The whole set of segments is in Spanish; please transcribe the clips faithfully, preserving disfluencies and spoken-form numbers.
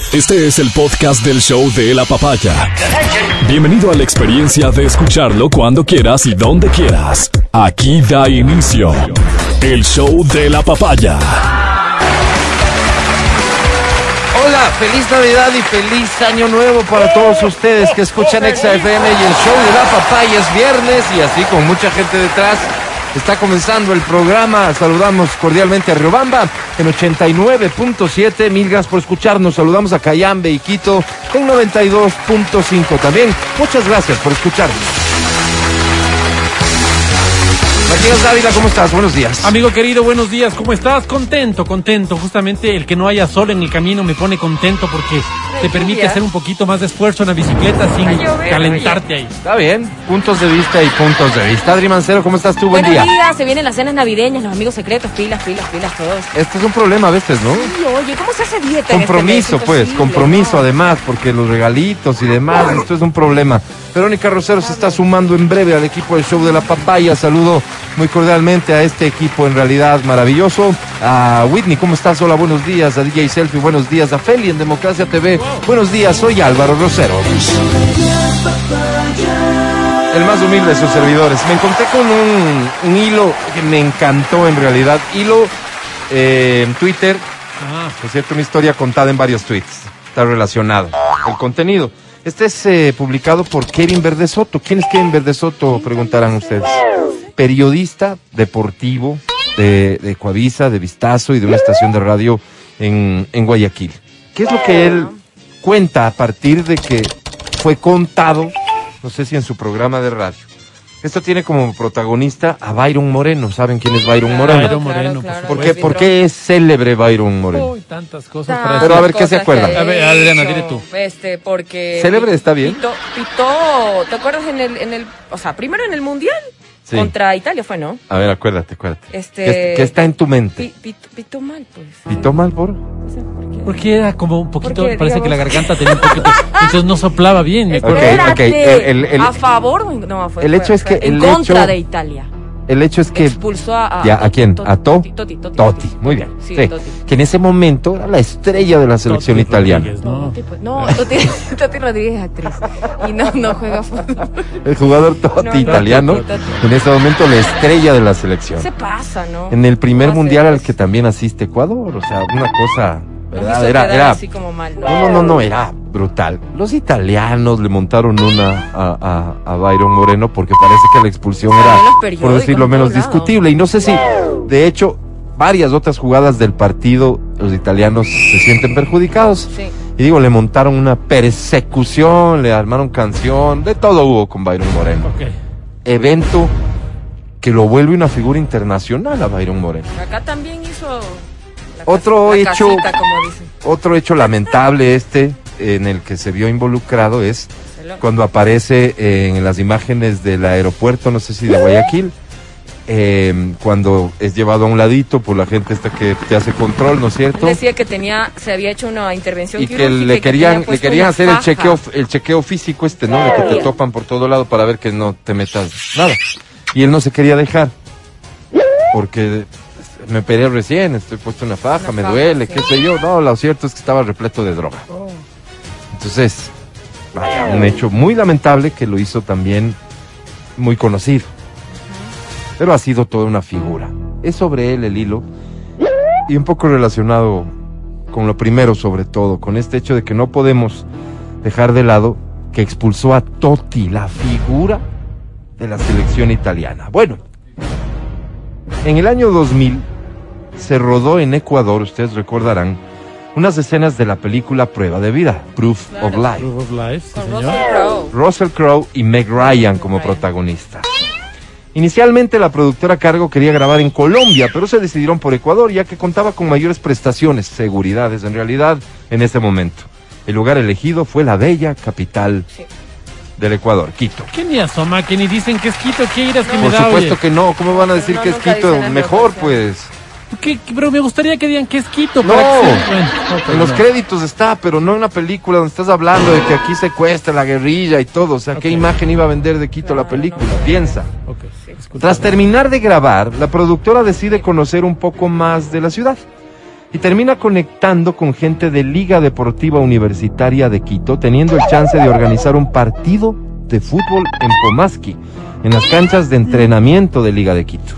Este es el podcast del show de la papaya. Bienvenido a la experiencia de escucharlo cuando quieras y donde quieras. Aquí da inicio el show de la papaya. Hola, feliz Navidad y feliz Año Nuevo para todos ustedes que escuchan Exa F M y el show de la papaya. Es viernes y así con mucha gente detrás está comenzando el programa. Saludamos cordialmente a Riobamba en ochenta y nueve punto siete. Mil gracias por escucharnos. Saludamos a Cayambe y Quito en noventa y dos punto cinco. También muchas gracias por escucharnos. Matías Dávila, ¿cómo estás? Buenos días. Amigo querido, buenos días. ¿Cómo estás? Contento, contento. Justamente el que no haya sol en el camino me pone contento porque te permite hacer un poquito más de esfuerzo en la bicicleta sin calentarte ahí. Está bien, puntos de vista y puntos de vista. Adri Mancero, ¿cómo estás tú? Buen Buenos día. días, se vienen las cenas navideñas, los amigos secretos, pilas, pilas, pilas, todos. Este es un problema a veces, ¿no? Sí, oye, ¿cómo se hace dieta en Compromiso, este mes? pues, Imposible, compromiso ¿no? además, porque los regalitos y demás, esto es un problema. Verónica Rosero se está sumando en breve al equipo del show de la papaya. Saludo muy cordialmente a este equipo en realidad maravilloso. A Whitney, ¿cómo estás? Hola, buenos días. A D J Selfie, buenos días. A Feli en Democracia T V, buenos días. Soy Álvaro Rosero, el más humilde de sus servidores. Me encontré con un, un hilo que me encantó en realidad. Hilo eh, en Twitter, Ah, por cierto, una historia contada en varios tweets. Está relacionado el contenido. Este es eh, publicado por Kevin Verdesoto. ¿Quién es Kevin Verdesoto? Preguntarán ustedes. Periodista deportivo de, de Coavisa, de Vistazo y de una estación de radio en, en Guayaquil. ¿Qué es lo que él cuenta a partir de que fue contado, no sé si en su programa de radio? Esto tiene como protagonista a Byron Moreno. ¿Saben quién es Byron Moreno? Byron Moreno, por ¿Por qué, supuesto. ¿Por qué es célebre Byron Moreno? Uy, tantas cosas Tantas para Pero a ver, decir. ¿qué se cosas acuerdan? que A ver, ha Adriana, hecho, dile tú. Este, porque... ¿Célebre está bien? Pitó, pitó, ¿te acuerdas en el, en el, o sea, primero en el Mundial? Sí. Contra Italia fue, ¿no? A ver, acuérdate, acuérdate. Este... ¿Qué, qué está en tu mente? Pi- pitó, pitó mal, pues. ¿Pitó mal, por? No sé por qué. Porque era como un poquito, Porque, parece que la digamos- garganta tenía un poquito, entonces no soplaba bien, me acuerdo. Ok, Espérate, ok, el- el- el- ¿a favor o en- no? Fue, el hecho fue- es que fue en el contra hecho- de Italia. El hecho es que... Expulsó a... Ya, ¿a quién? Totti, ¿A To? Totti, Totti, Totti, Totti, muy bien. Sí, Sí, Totti. que en ese momento era la estrella de la selección Totti italiana. Rodríguez, ¿no? Totti, pues, no, Totti, Totti Rodríguez es actriz y no, no juega fútbol. El jugador Totti No, no, italiano, Totti, Totti. en ese momento la estrella de la selección. Se pasa, ¿no? En el primer No hace mundial al eso. que también asiste Ecuador, o sea, una cosa... Nos ¿verdad? hizo Era, quedar era, así como mal, ¿no? no, no, no, no, era brutal. Los italianos le montaron una a, a, a Byron Moreno porque parece que la expulsión Salió en los era, periódicos, por decirlo en menos, todos lados. discutible. Y no sé si, de hecho, varias otras jugadas del partido, los italianos se sienten perjudicados. Sí. Y digo, le montaron una persecución, le armaron canción, de todo hubo con Byron Moreno. Ok. Evento que lo vuelve una figura internacional a Byron Moreno. Acá también hizo... la Otro cas- la hecho- casita, como dicen. Otro hecho lamentable este, en el que se vio involucrado, es Barcelona. cuando aparece eh, en las imágenes del aeropuerto, no sé si de Guayaquil, eh, cuando es llevado a un ladito por la gente esta que te hace control, ¿no es Él cierto? decía que tenía, se había hecho una intervención Y que quirúrgica le y que querían, tenía le puesto querían una hacer el faja. chequeo, el chequeo físico este, ¿no? De que te topan por todo lado para ver que no te metas nada. Y él no se quería dejar, porque me operé recién, estoy puesto una faja, Una me faja, duele, sí. qué sé yo. No, lo cierto es que estaba repleto de droga. Entonces, vaya, un hecho muy lamentable que lo hizo también muy conocido. Pero ha sido toda una figura. Es sobre él el hilo y un poco relacionado con lo primero sobre todo, con este hecho de que no podemos dejar de lado que expulsó a Totti, la figura de la selección italiana. Bueno, en el año dos mil se rodó en Ecuador, ustedes recordarán, unas escenas de la película Prueba de Vida, Proof Claro. of Life. Proof of Life, sí, Con señor. Russell Crowe. Russell Crowe y Meg Ryan como Ryan. protagonistas. Inicialmente la productora a cargo quería grabar en Colombia, pero se decidieron por Ecuador, ya que contaba con mayores prestaciones, seguridades en realidad en ese momento. El lugar elegido fue la bella capital Sí. del Ecuador, Quito. ¿Qué ni asoma? Que ni dicen que es Quito, ¿qué irás que me Por da, supuesto oye? que no, ¿cómo van a decir No, que es nunca Quito? dicen en Mejor, la pues. ¿Qué? Pero me gustaría que digan que es Quito. No, para que se- bueno, ok, en los no. créditos está, pero no en la película donde estás hablando de que aquí secuestra la guerrilla y todo. O sea, ¿qué Ok. imagen iba a vender de Quito No, la película? no, no. Piensa. Ok, escucha. Tras terminar de grabar, la productora decide conocer un poco más de la ciudad. y termina conectando con gente de Liga Deportiva Universitaria de Quito, teniendo el chance de organizar un partido de fútbol en Pomaski, en las canchas de entrenamiento de Liga de Quito.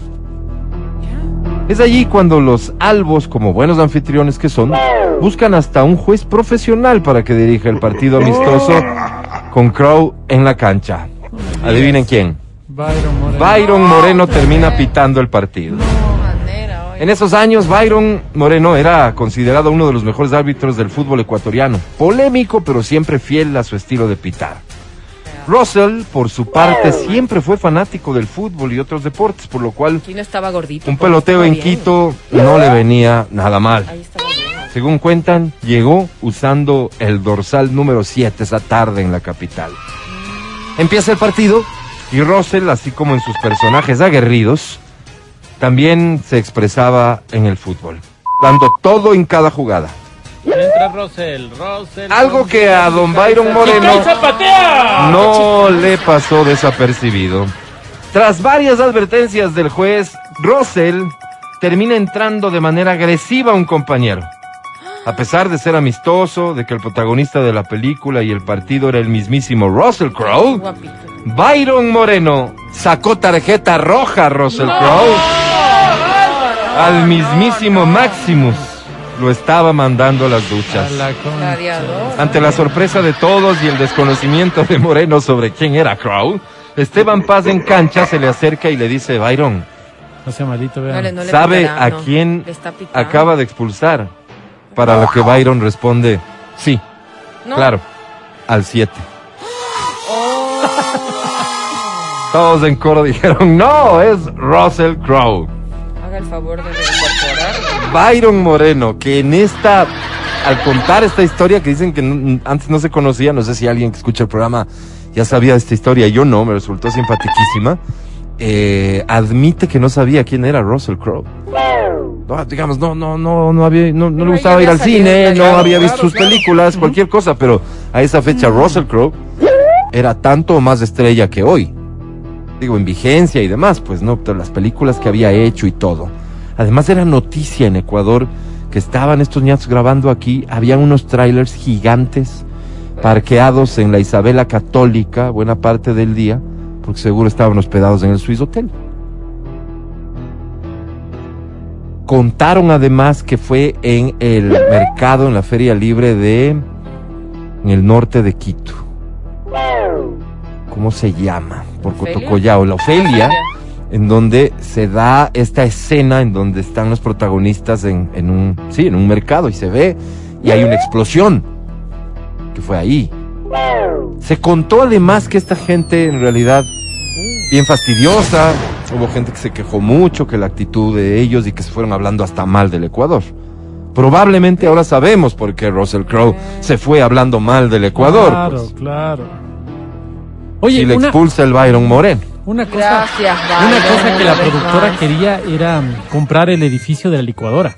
Es allí cuando los albos, como buenos anfitriones que son, buscan hasta un juez profesional para que dirija el partido amistoso con Crow en la cancha. Adivinen quién. Byron Moreno. Byron Moreno termina pitando el partido. En esos años, Byron Moreno era considerado uno de los mejores árbitros del fútbol ecuatoriano. Polémico, pero siempre fiel a su estilo de pitar. Russell, por su parte, siempre fue fanático del fútbol y otros deportes, por lo cual Aquí no estaba gordito. un peloteo en Quito no le venía nada mal. Ahí estaba bien. Según cuentan, llegó usando el dorsal número siete esa tarde en la capital. Empieza el partido y Russell, así como en sus personajes aguerridos, también se expresaba en el fútbol, dando todo en cada jugada. Entra Russell, Russell. Algo que a don Byron Moreno ¡patea! no le pasó desapercibido. Tras varias advertencias del juez, Russell termina entrando de manera agresiva a un compañero. A pesar de ser amistoso, de que el protagonista de la película y el partido era el mismísimo Russell Crowe, Guapito. Byron Moreno sacó tarjeta roja a Russell No. Crowe. Al mismísimo Maximus lo estaba mandando a las duchas. A la concha. Gladiador. Ante la sorpresa de todos y el desconocimiento de Moreno sobre quién era Crowe, Esteban Paz en cancha se le acerca y le dice: Byron, No sea malito, vean. No le- no le ¿sabe pitará, a no. quién Le está pitando. acaba de expulsar? Para lo que Byron responde: sí, No. claro, al siete. Oh. Todos en coro dijeron: no, es Russell Crowe. Haga el favor de incorporar. Byron Moreno, que en esta, al contar esta historia que dicen que no- antes no se conocía, no sé si alguien que escucha el programa ya sabía de esta historia, yo no, me resultó simpaticísima, eh, admite que no sabía quién era Russell Crowe. No, digamos, no, no, no, no había, no, no Pero le ahí gustaba había ir al salido cine, en la- no claro, había visto claro, sus claro. películas, cualquier cosa, pero a esa fecha Russell Crowe era tanto o más estrella que hoy. Digo, en vigencia y demás, pues no, las películas que había hecho y todo. Además era noticia en Ecuador que estaban estos ñatos grabando aquí, habían unos trailers gigantes parqueados en la Isabela Católica buena parte del día, porque seguro estaban hospedados en el Swiss Hotel. Contaron además que fue en el mercado, en la Feria Libre de, en el norte de Quito. ¿Cómo se llama? Por ¿Ofelia? Cotocollao, la Ofelia, en donde se da esta escena en donde están los protagonistas en, en un, sí, en un mercado y se ve y hay una explosión que fue ahí. Se contó además que esta gente en realidad bien fastidiosa, hubo gente que se quejó mucho, que la actitud de ellos y que se fueron hablando hasta mal del Ecuador. Probablemente ahora sabemos por qué Russell Crowe se fue hablando mal del Ecuador. Claro, Pues, claro. Oye, si le una, expulsa el Byron Moreno. una cosa, Gracias, una Byron, cosa que una la vez productora más. quería era mm, comprar el edificio de la licuadora.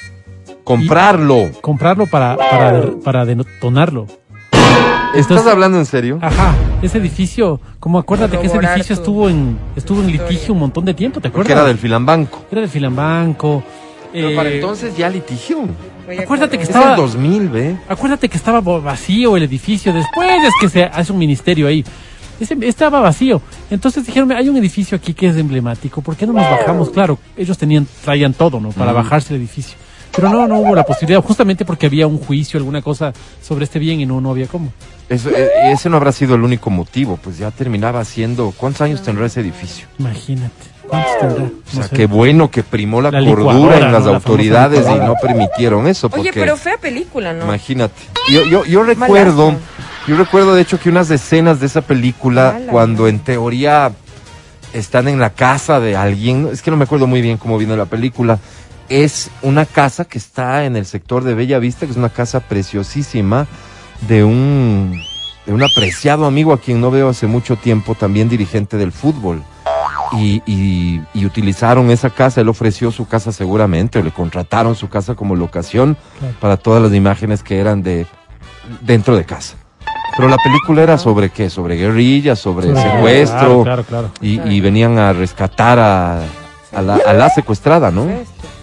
Comprarlo. Comprarlo para, para, de- para detonarlo. ¿Estás Entonces- hablando en serio? Ajá, ese edificio, como acuérdate que ese Corroborar edificio tu estuvo en estuvo en historia. litigio un montón de tiempo, ¿te acuerdas? Porque era del Filambanco. Era del Filambanco. Pero eh, para entonces ya litigio. Voy a Acuérdate que Es estaba- el dos mil, ¿ve? Acuérdate que estaba bo- vacío el edificio, después es que se hace un ministerio ahí. Ese, estaba vacío. Entonces dijeron, hay un edificio aquí que es emblemático, ¿por qué no nos bajamos? Claro, ellos tenían, traían todo, ¿no? Para Mm. bajarse el edificio. Pero no, no hubo la posibilidad, justamente porque había un juicio, alguna cosa sobre este bien y no, no había cómo. Eso, eh, ese no habrá sido el único motivo, pues ya terminaba siendo... ¿Cuántos años tendrá ese edificio? Imagínate. ¿Cuántos tendrá? O No sea, sé. qué bueno que primó la, La cordura licuadora, en las ¿no? La autoridades famosa y no licuadora. permitieron eso, porque... Oye, pero fea película, ¿no? Imagínate. Yo, yo, yo recuerdo, Malazo. yo recuerdo de hecho que unas escenas de esa película, Mala, cuando ¿no? en teoría están en la casa de alguien, es que no me acuerdo muy bien cómo vino la película, es una casa que está en el sector de Bella Vista, que es una casa preciosísima de un, de un apreciado amigo a quien no veo hace mucho tiempo, también dirigente del fútbol. Y, y, y utilizaron esa casa, él ofreció su casa seguramente, o le contrataron su casa como locación Claro. para todas las imágenes que eran de dentro de casa. Pero la película era sobre qué, sobre guerrillas, sobre Sobre- secuestro, Claro, claro, claro. y, y venían a rescatar a, a, la, a la secuestrada, ¿no? Esto.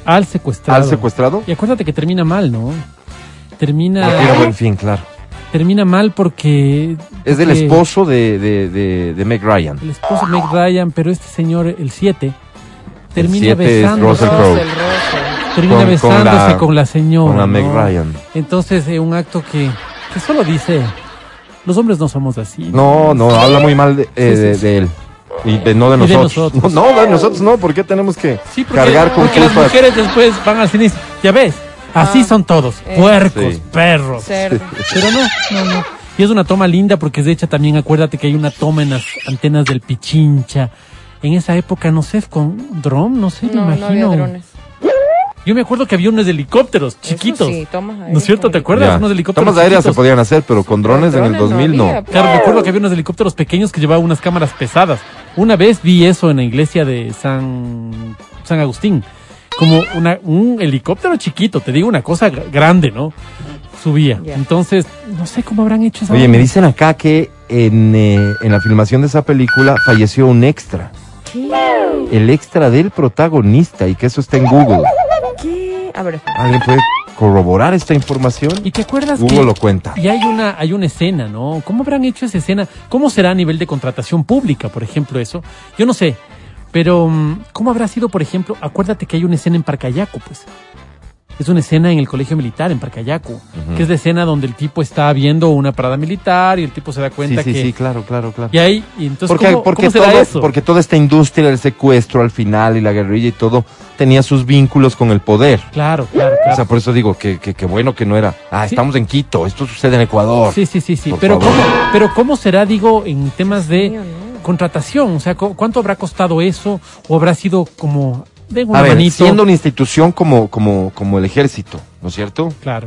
Al secuestrado. ¿Al secuestrado? Y acuérdate que termina mal, ¿no? Termina... No tiene buen fin, claro. Termina mal porque... Es del porque esposo de, de, de, de Meg Ryan. El esposo de Meg Ryan, pero este señor, el siete, termina siete es besando. Russell Crowe. Russell, Russell. Termina Con- con besándose la- con la señora. con la ¿no? Meg Ryan. Entonces, eh, un acto que, que solo dice, los hombres no somos así. No, no, habla muy mal de, eh, Sí, sí, de, sí. de él. Y de, no de Y de nosotros. nosotros. No, no, de nosotros no. ¿Por qué tenemos que Sí, porque, cargar con porque las culpas? mujeres después van al cine y dicen, ya ves, así Ah, son todos, eh. puercos, Sí. perros. Cerdo. Pero no, no, no. Y es una toma linda porque es hecha también, acuérdate que hay una toma en las antenas del Pichincha. En esa época, no sé, con dron, no sé, me No, no imagino. había drones. Yo me acuerdo que había unos helicópteros chiquitos. Eso sí, tomas ¿No es cierto? ¿Te acuerdas? Ya. Unos helicópteros Tomas aéreas se chiquitos. podían hacer, pero con drones en el Drones dos mil no. había. Claro, recuerdo que había unos helicópteros pequeños que llevaban unas cámaras pesadas. Una vez vi eso en la iglesia de San, San Agustín. Como una, un helicóptero chiquito, te digo una cosa gr- grande, ¿no? Subía. Ya. Entonces, no sé cómo habrán hecho eso. Oye, me dicen acá que en, eh, en la filmación de esa película falleció un extra. El extra del protagonista y que eso está en Google. ¿Qué? A ver, ¿Alguien puede corroborar esta información? ¿Y te acuerdas Google que lo cuenta. y hay una hay una escena, ¿no? ¿Cómo habrán hecho esa escena? ¿Cómo será a nivel de contratación pública, por ejemplo, eso? Yo no sé, pero mm, ¿cómo habrá sido, por ejemplo? Acuérdate que hay una escena en Parcayaco, pues. Es una escena en el colegio militar en Parcayaco, Ujú. que es la escena donde el tipo está viendo una parada militar y el tipo se da Sí, cuenta sí, que sí, claro, claro, claro. y ahí y entonces Porque, ¿cómo, porque, cómo será todo- eso? porque toda esta industria del secuestro al final y la guerrilla y todo tenía sus vínculos con el poder. Claro, claro, O sea, claro. por eso digo que, que, que bueno que no era. Ah, Sí. estamos en Quito, esto sucede en Ecuador. Sí, sí, sí, sí. Por Pero favor. cómo, pero cómo será, digo, en temas de mío, no. contratación, o sea, cu- ¿cuánto habrá costado eso o habrá sido como de una A ver, manito? siendo una institución como, como, como el ejército, ¿no es cierto? Claro.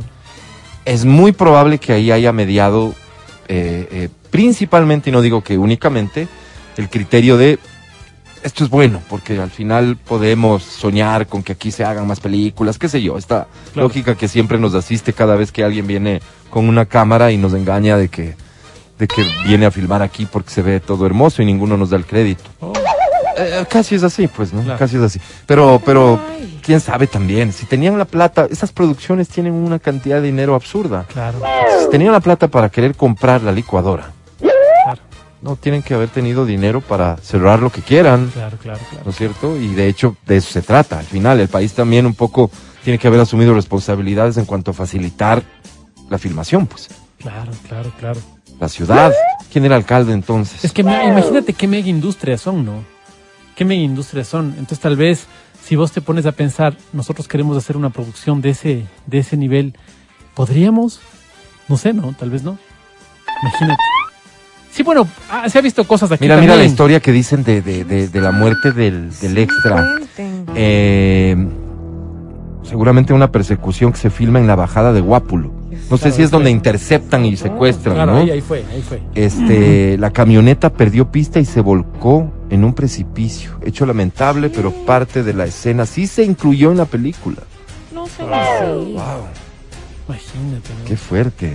Es muy probable que ahí haya mediado eh, eh, principalmente, y no digo que únicamente, el criterio de esto es bueno, porque al final podemos soñar con que aquí se hagan más películas, qué sé yo, esta Claro. lógica que siempre nos asiste cada vez que alguien viene con una cámara y nos engaña de que, de que viene a filmar aquí porque se ve todo hermoso y ninguno nos da el crédito. Oh, Eh, casi es así, pues, ¿no? Claro. Casi es así. Pero, pero, Ay. quién sabe también, si tenían la plata, esas producciones tienen una cantidad de dinero absurda. claro, Si tenían la plata para querer comprar la licuadora, claro, no tienen que haber tenido dinero para cerrar lo que quieran, claro, claro, claro. ¿no es cierto? Y de hecho, de eso se trata. Al final, el país también un poco tiene que haber asumido responsabilidades en cuanto a facilitar la filmación, pues. Claro, claro, claro. La ciudad. ¿Quién era alcalde entonces? Es que me- imagínate qué mega industrias son, ¿no? ¿Qué mega industrias son? Entonces tal vez si vos te pones a pensar, nosotros queremos hacer una producción de ese, de ese nivel, ¿podríamos? No sé, ¿no? Tal vez no. Imagínate. Sí, bueno, ah, se ha visto cosas aquí Mira, mira la también. historia que dicen de, de, de, de la muerte del, del extra. Cuenten. Eh, seguramente una persecución que se filma en la bajada de Guápulo. No sé Claro, si es donde sí. interceptan y secuestran, Claro, ¿no? ahí, ahí fue, ahí fue. Este, la camioneta perdió pista y se volcó en un precipicio. Hecho lamentable, pero parte de la escena sí se incluyó en la película. No sé así. Wow, Imagínate, ¿no? qué fuerte.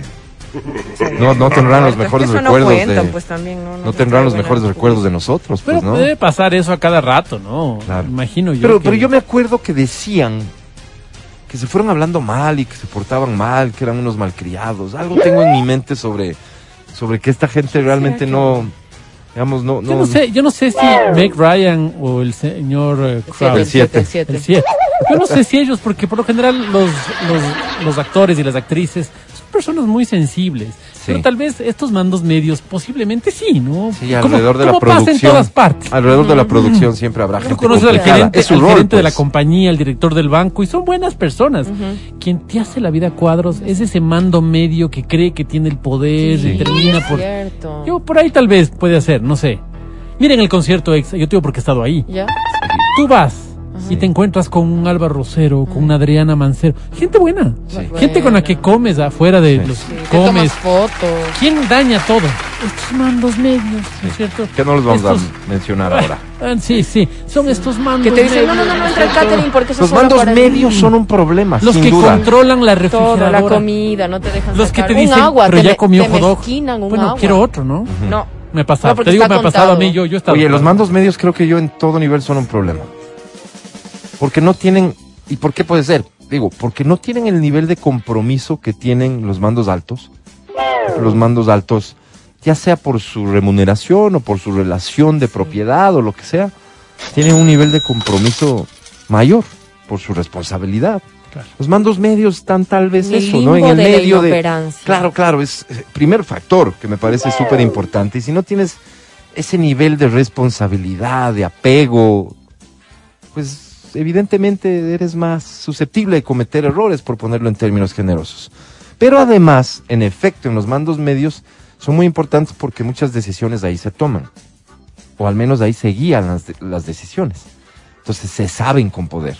No, no tendrán los mejores Eso no recuerdos cuentan, de, pues, también, no, no tendrán los mejores recuerdos de nosotros, Pero pues, ¿no? debe pasar eso a cada rato, ¿no? Claro. Imagino yo. Pero, que- pero yo me acuerdo que decían que se fueron hablando mal y que se portaban mal, que eran unos malcriados. Algo tengo en mi mente sobre, sobre que esta gente realmente que no, digamos, no, Yo no, no sé, yo no sé si Meg Ryan o el señor eh, Kraus, El siete. El siete. el siete. Yo no sé si ellos, porque por lo general los, los, los actores y las actrices son personas muy sensibles. Sí. Pero tal vez estos mandos medios posiblemente sí, ¿no? Sí, Como- alrededor de la como pasa en producción. todas partes. Alrededor de la producción siempre habrá Uno gente conoce al complicada. gerente, Es su al rol, gerente de la pues. compañía, al director del banco, y son buenas personas. Quien te hace la vida a cuadros es ese mando medio que cree que tiene el poder Sí. y termina es por... cierto. Yo por ahí tal vez puede hacer, no sé. Miren el concierto exa, yo te digo porque he estado ahí. ¿Ya? Tú vas y te encuentras con un Álvaro Rosero, con una Adriana Mancero, gente buena, Sí. gente con la que comes afuera de Sí. los Sí, te tomas comes. fotos. ¿Quién daña todo? Estos mandos medios, ¿no es cierto? Que no los vamos Estos- a mencionar ahora. Ah, sí, sí, son estos mandos Que te dicen, no, medios, no, no, no es entra el cierto? catering porque eso Los es solo mandos para medios ti. son un problema, Los sin que duda. controlan la Todo, la refrigeradora. comida, no te dejan Los que sacar te dicen, un agua, pero te ya me- comió te hot dog. mezquinan un Bueno, agua. quiero otro, ¿no? No. Me ha pasado. No, porque te digo, está me ha pasado a contado. mí, yo, yo he estado. Oye, los mandos medios creo que yo en todo nivel son un problema. Porque no tienen ¿Y por qué puede ser? Digo, porque no tienen el nivel de compromiso que tienen los mandos altos. Los mandos altos, ya sea por su remuneración o por su relación de propiedad o lo que sea, tienen un nivel de compromiso mayor por su responsabilidad. Claro. Los mandos medios están tal vez en eso, ¿no? En el de medio de... inoperancia. Claro, claro, es el primer factor que me parece súper importante. Y si no tienes ese nivel de responsabilidad, de apego, pues evidentemente eres más susceptible de cometer errores, por ponerlo en términos generosos. Pero además, en efecto, en los mandos medios son muy importantes porque muchas decisiones ahí se toman. O al menos ahí se guían las, de, las decisiones. Entonces se saben con poder.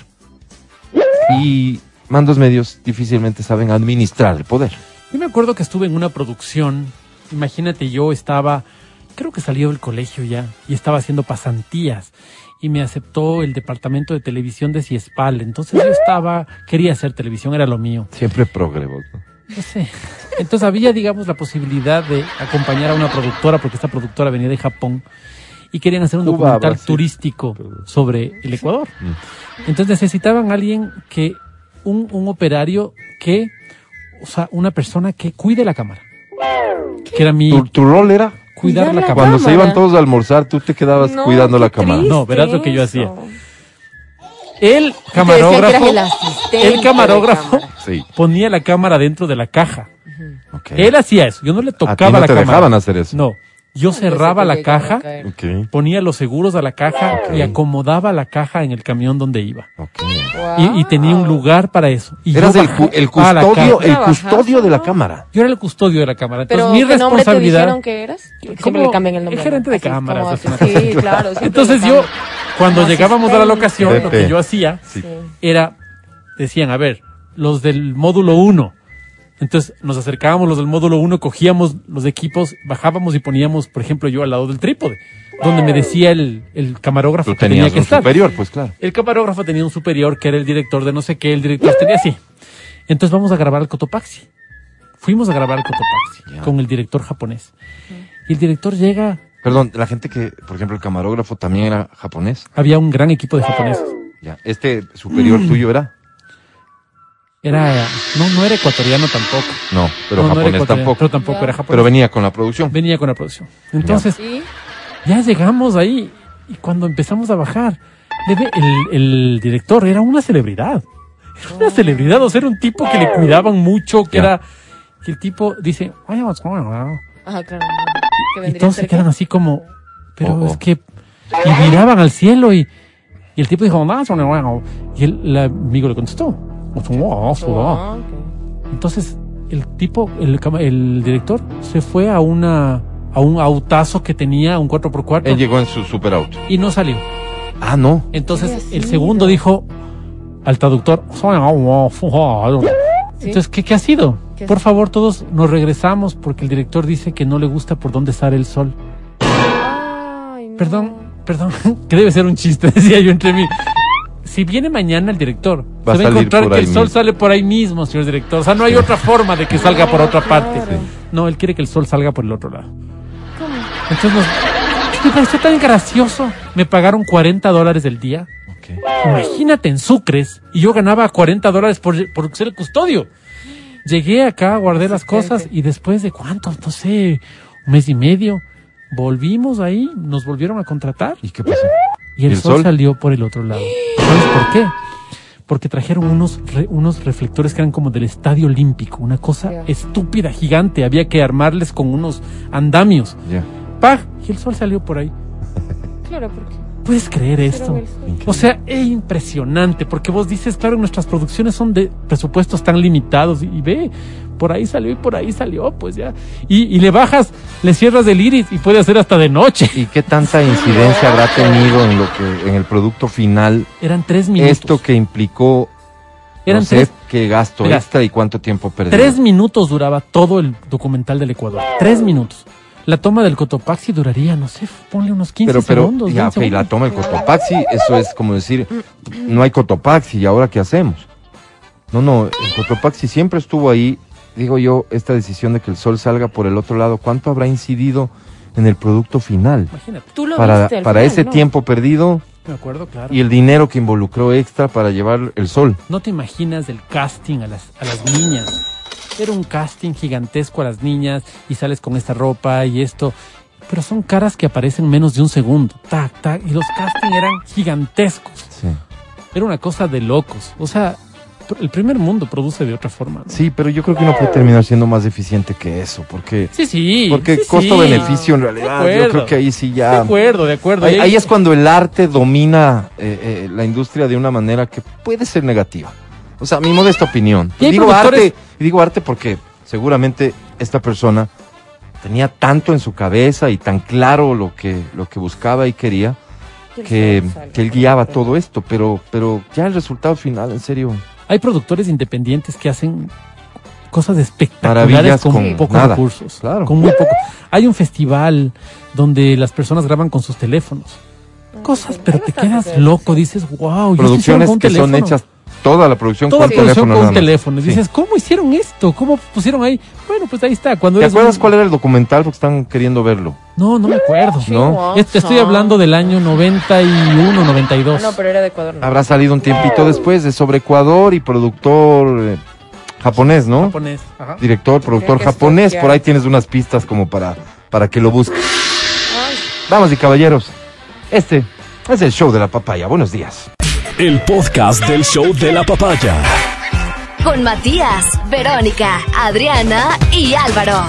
Y mandos medios difícilmente saben administrar el poder. Yo me acuerdo que estuve en una producción, imagínate, yo estaba, creo que salí del colegio ya, y estaba haciendo pasantías, y me aceptó el departamento de televisión de Ciespal, entonces yo estaba, quería hacer televisión, era lo mío. Siempre progrevo, ¿no? No sé. Entonces había, digamos, la posibilidad de acompañar a una productora, porque esta productora venía de Japón, y querían hacer un Cuba, documental Brasil. turístico sobre el Ecuador. Entonces necesitaban a alguien que, un, un operario que, o sea, una persona que cuide la cámara. Que era mi... ¿Tu, tu rol era? Cuidar Cuidar la la cámara. Cuando se iban todos a almorzar, tú te quedabas No, cuidando qué la cámara. triste No, verás lo que yo eso. hacía. El Te decían que camarógrafo, eras el asistente el camarógrafo de cámara. Sí. ponía la cámara dentro de la caja. Okay. Él hacía eso. Yo no le A ti tocaba no la te cámara. dejaban hacer eso. No. Yo cerraba la caja, Ok, ponía los seguros a la caja Ok. y acomodaba la caja en el camión donde iba. ok. Y, y tenía un lugar para eso. Y Eras yo el, cu- el bajaba la custodio, caja. el Trabajazo, custodio de la ¿no? cámara. Yo era el custodio de la cámara. Entonces Pero mi ¿qué nombre te responsabilidad. dijeron que eras? Porque ¿Cómo? siempre le cambian el nombre. Es gerente de Así es cámaras, como es una así. cosa. Sí, claro. siempre Entonces le yo, cambian. cuando Como llegábamos a la asistente. locación, lo que Pepe. yo hacía Sí. era, decían, a ver, los del módulo uno. Entonces nos acercábamos los del módulo uno, cogíamos los equipos, bajábamos y poníamos, por ejemplo, yo al lado del trípode, donde me decía el, el camarógrafo Tú que tenía tenías que un estar. superior, pues claro. El camarógrafo tenía un superior que era el director de no sé qué, el director tenía así. Entonces vamos a grabar al Cotopaxi. Fuimos a grabar al Cotopaxi Ya. con el director japonés. Y el director llega, Perdón, la gente que, por ejemplo, el camarógrafo también era japonés. había un gran equipo de japoneses. Ya. Este superior tuyo era. Era, no, no era ecuatoriano tampoco. No, pero No, no era japonés ecuatoriano, tampoco. Pero tampoco Ya. era japonés. Pero venía con la producción. Venía con la producción. Entonces, Sí. ya llegamos ahí y cuando empezamos a bajar, le ve- el, el director era una celebridad. Era una celebridad, o sea, era un tipo que le cuidaban mucho, que Ya. era, que el tipo dice, "Oye, what's going on?" Ajá, claro. Que Y vendría todos a se ser quedan que- así como, pero Oh, oh. es que, y miraban al cielo y, y el tipo dijo, "No, no, no". Y el, el amigo le contestó, "Oh, so, no". Ah, ok. Entonces, el tipo, el, cama- el director, se fue a una, a un autazo que tenía, un cuatro por cuatro, Él llegó en su superauto. y no salió. Ah, no. Entonces, ¿Qué había el sido? segundo dijo al traductor, ¿Sí? entonces, ¿qué, qué ha sido? ¿Qué Por ha favor, todos nos regresamos porque el director dice que no le gusta por dónde sale el sol. Ay, no. Perdón, perdón, que debe ser un chiste, decía yo entre mí. Si viene mañana el director, Va a se va a salir encontrar por que ahí el sol mismo. sale por ahí mismo, señor director. O sea, no hay otra forma de que salga por otra parte. claro. No, él quiere que el sol salga por el otro lado. ¿Cómo? Entonces nos... Me pareció tan gracioso. Me pagaron cuarenta dólares el día. Ok. Imagínate en Sucres. Y yo ganaba cuarenta dólares por, por ser el custodio. Llegué acá, guardé las cosas y después de cuánto, no sé, un mes y medio, volvimos ahí, nos volvieron a contratar ¿Y qué pasó? y el, ¿Y el sol, sol? salió por el otro lado. ¿Sabes por qué? Porque trajeron unos, re- unos reflectores que eran como del Estadio Olímpico, una cosa Ya. estúpida, gigante. Había que armarles con unos andamios. Ya. ¡Pah! Y el sol salió por ahí. Claro, porque. ¿Puedes creer esto? Pero el- O sea, es impresionante, porque vos dices, claro, nuestras producciones son de presupuestos tan limitados, y, y ve, por ahí salió y por ahí salió, pues ya. Y, y le bajas, le cierras el iris y puede hacer hasta de noche. ¿Y qué tanta incidencia habrá tenido en lo que, en el producto final, Eran tres minutos. esto que implicó, Eran no sé, tres, qué gasto Mira, extra y cuánto tiempo perdido? tres minutos duraba todo el documental del Ecuador. Tres minutos. La toma del Cotopaxi duraría, no sé, ponle unos quince Pero, pero, segundos. ya, veinte ok, la segundos. toma el Cotopaxi, eso es como decir, no hay Cotopaxi, ¿y ahora qué hacemos? No, no, el Cotopaxi siempre estuvo ahí. Digo yo, esta decisión de que el sol salga por el otro lado, ¿cuánto habrá incidido en el producto final? Imagínate. Tú lo Para, viste al para final, ese ¿no? tiempo perdido, Me acuerdo, claro. Y el dinero que involucró extra para llevar el sol. No te imaginas el casting a las, a las niñas. Era un casting gigantesco a las niñas y sales con esta ropa y esto. Pero son caras que aparecen menos de un segundo. Tac, tac. Y los castings eran gigantescos. Sí. Era una cosa de locos. O sea, el primer mundo produce de otra forma, ¿no? Sí, pero yo creo que uno puede terminar siendo más eficiente que eso, porque Sí, sí. porque sí, costo-beneficio en sí. realidad, De yo acuerdo. creo que ahí sí ya... De acuerdo, de acuerdo. Ahí, ahí es cuando el arte domina eh, eh, la industria de una manera que puede ser negativa. O sea, mi modesta opinión. Y hay Digo productores- arte, y digo arte porque seguramente esta persona tenía tanto en su cabeza y tan claro lo que, lo que buscaba y quería, que, que él guiaba todo esto, pero, pero ya el resultado final, en serio, Hay productores independientes que hacen cosas espectaculares Maravillas con, con pocos nada, recursos. claro. Con muy poco. Hay un festival donde las personas graban con sus teléfonos. Cosas, pero te quedas loco, dices, wow, producciones que son hechas, toda la producción Toda con la producción teléfono. con nada un más. teléfono. Y Sí. dices, ¿cómo hicieron esto? ¿Cómo pusieron ahí? Bueno, pues ahí está. Cuando ¿Te eres acuerdas un- cuál era el documental? Porque están queriendo verlo. No, no me acuerdo. ¿No? Este, estoy hablando del año noventa y uno, noventa y dos. No, pero era de Ecuador. No. Habrá salido un tiempito después de sobre Ecuador y productor eh, japonés, ¿no? Japonés. Ajá. Director, productor que japonés. estoquear. Por ahí tienes unas pistas como para, para que lo busques. Ay, Damas y caballeros, este es el show de la papaya. Buenos días. El podcast del show de la papaya. Con Matías, Verónica, Adriana y Álvaro.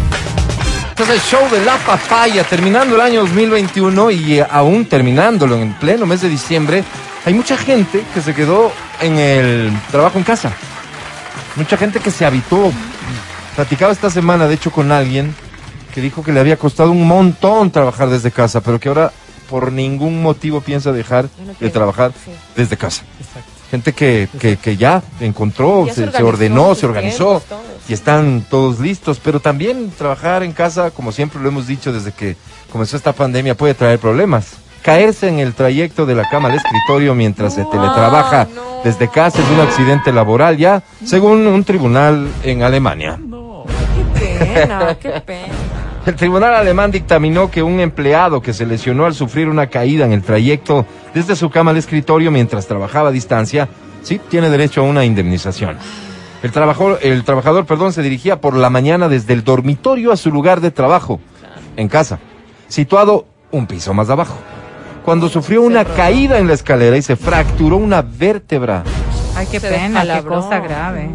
Este es el show de la papaya, terminando el año dos mil veintiuno y eh, aún terminándolo en pleno mes de diciembre, hay mucha gente que se quedó en el trabajo en casa. Mucha gente que se habituó. Platicaba esta semana, de hecho, con alguien que dijo que le había costado un montón trabajar desde casa, pero que ahora por ningún motivo piensa dejar Yo no de quiero. trabajar Sí. desde casa. Exacto. Gente que, que, que ya encontró, Ya se, se se organizó ordenó, sus se organizó tiempos, todo. y están todos listos. Pero también trabajar en casa, como siempre lo hemos dicho desde que comenzó esta pandemia, puede traer problemas. Caerse en el trayecto de la cama al escritorio mientras se teletrabaja no. desde casa es un accidente laboral ya, según un tribunal en Alemania. No. Qué pena, qué pena. El tribunal alemán dictaminó que un empleado que se lesionó al sufrir una caída en el trayecto desde su cama al escritorio mientras trabajaba a distancia, sí, tiene derecho a una indemnización. El trabajador, el trabajador, perdón, se dirigía por la mañana desde el dormitorio a su lugar de trabajo, en casa, situado un piso más abajo, cuando sufrió una caída en la escalera y se fracturó una vértebra Ay, qué Se pena, qué descalabró. cosa grave.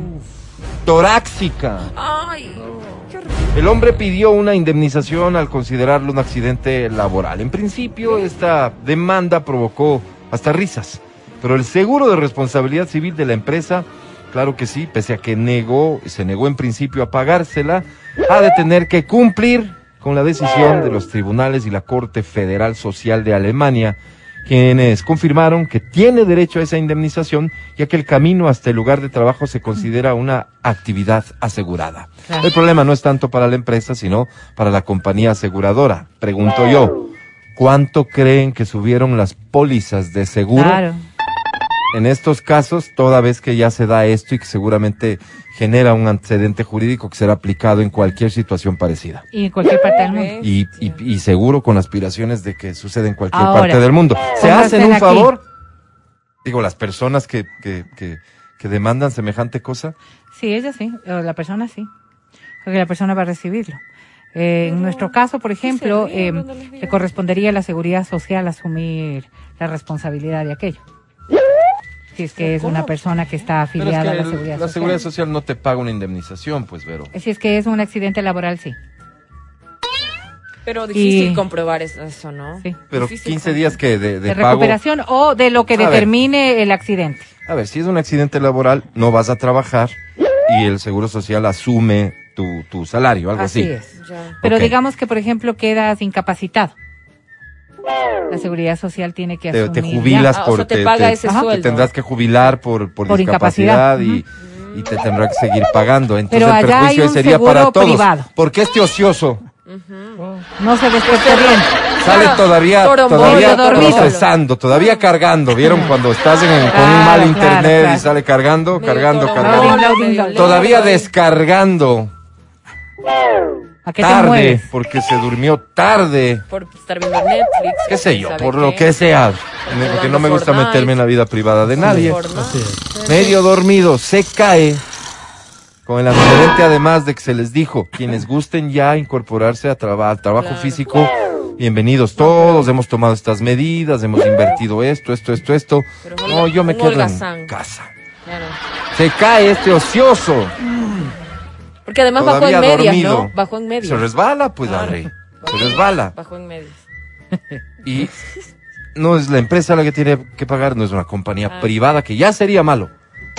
torácica. Ay, qué horrible. El hombre pidió una indemnización al considerarlo un accidente laboral. En principio, esta demanda provocó hasta risas, pero el seguro de responsabilidad civil de la empresa, claro que sí, pese a que negó, se negó en principio a pagársela, ha de tener que cumplir con la decisión de los tribunales y la Corte Federal Social de Alemania, quienes confirmaron que tiene derecho a esa indemnización, ya que el camino hasta el lugar de trabajo se considera una actividad asegurada. Claro. El problema no es tanto para la empresa, sino para la compañía aseguradora. Pregunto yo, ¿cuánto creen que subieron las pólizas de seguro Claro. en estos casos, toda vez que ya se da esto y que seguramente genera un antecedente jurídico que será aplicado en cualquier situación parecida? Y en cualquier parte del mundo. Y, y, y seguro con aspiraciones de que suceda en cualquier Ahora, parte del mundo. ¿Se pónganse hacen un aquí. favor? Digo, las personas que, que, que, que demandan semejante cosa. Sí, ella sí, o la persona sí. Porque la persona va a recibirlo. Eh, en nuestro caso, por ejemplo, se ríen eh, cuando les digo? le correspondería a la seguridad social asumir la responsabilidad de aquello. Si es que es una persona que está Pero es afiliada que a la el- seguridad la social. seguridad social no te paga una indemnización, pues, Vero. Si es que es un accidente laboral, sí. Pero difícil Y- comprobar eso, eso, ¿no? Sí. Pero Difícil quince días que de, de De pago. recuperación o de lo que A ver. determine el accidente. A ver, si es un accidente laboral, no vas a trabajar y el Seguro Social asume tu, tu salario, algo así. Así es. Ya. Pero Ok. digamos que, por ejemplo, quedas incapacitado. La seguridad social tiene que Te, asumir. te jubilas Ah, o por... sea, te paga ese Ajá. Te sueldo. tendrás que jubilar por, por, Por discapacidad incapacidad. y, y te tendrá que seguir pagando. Entonces Pero el allá hay perjuicio un sería seguro para todos. privado. Porque este ocioso No se despierta bien. sale Claro, todavía, torombolo, todavía dormido. procesando, todavía cargando. ¿Vieron cuando estás en, con un Claro, mal claro, internet claro. y sale cargando, Medio cargando, torombolo, cargando? Loading, loading, medio loading. Todavía lento ahí. descargando. ¿A qué te tarde, mueves? porque se durmió tarde, Por estar viendo Netflix. qué sé yo, ¿sabe por qué? lo que sea, porque no me gusta Fortnite. meterme en la vida privada de nadie. Fortnite. Así es. Medio dormido, se cae, con el antecedente además de que se les dijo, quienes gusten ya incorporarse a traba- al trabajo Claro. físico, bienvenidos todos, hemos tomado estas medidas, hemos invertido esto, esto, esto, esto. Pero No, yo me un quedo en holgazán. casa. Claro. Se cae este ocioso, Porque además bajó todavía en medias, dormido. ¿no? Bajó en medias. Se resbala, pues, Claro. André. Se resbala. Bajó en medias. Y no es la empresa la que tiene que pagar, no es una compañía Ah. privada, que ya sería malo.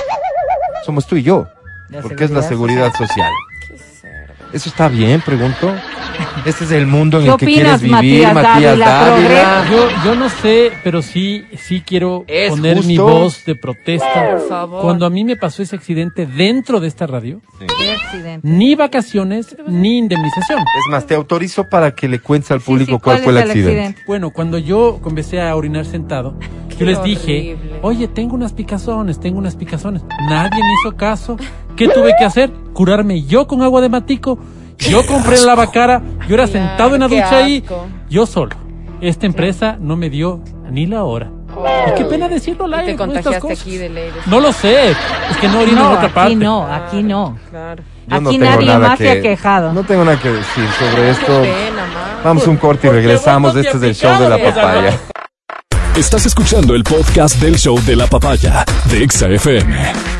Somos tú y yo, La porque es la seguridad seguridad social. Qué cerdo. ¿Eso está bien? Pregunto. Este es el mundo en ¿Qué el que opinas, quieres vivir, Matías Matías Dávila, Dávila. Yo, yo no sé, pero sí, sí quiero ¿Es poner mi justo? voz de protesta. Por favor. Cuando a mí me pasó ese accidente dentro de esta radio, ¿Qué accidente? ni vacaciones, ni indemnización. Es más, te autorizo para que le cuentes al Sí, público sí, cuál, ¿cuál fue el es accidente. Bueno, cuando yo comencé a orinar sentado, yo les dije, horrible. oye, tengo unas picazones, tengo unas picazones. Nadie me hizo caso. ¿Qué tuve que hacer? Curarme yo con agua de matico. Yo compré la lavacara, yo era Claro, sentado en la qué ducha ahí, asco. yo solo. Esta empresa no me dio ni la hora. Y qué pena decirlo al Y aire te con estas contagiaste cosas. aquí de ley. No lo sé, es que no orino No, en otra parte. aquí no, aquí no. Claro. Yo no Aquí tengo nadie nada más que- se ha quejado. No tengo nada que decir sobre esto. Qué pena, man. Vamos a un corte y Porque regresamos. vos no te Este es el has show de la picado, papaya. Estás escuchando el podcast del show de la papaya de Exa F M.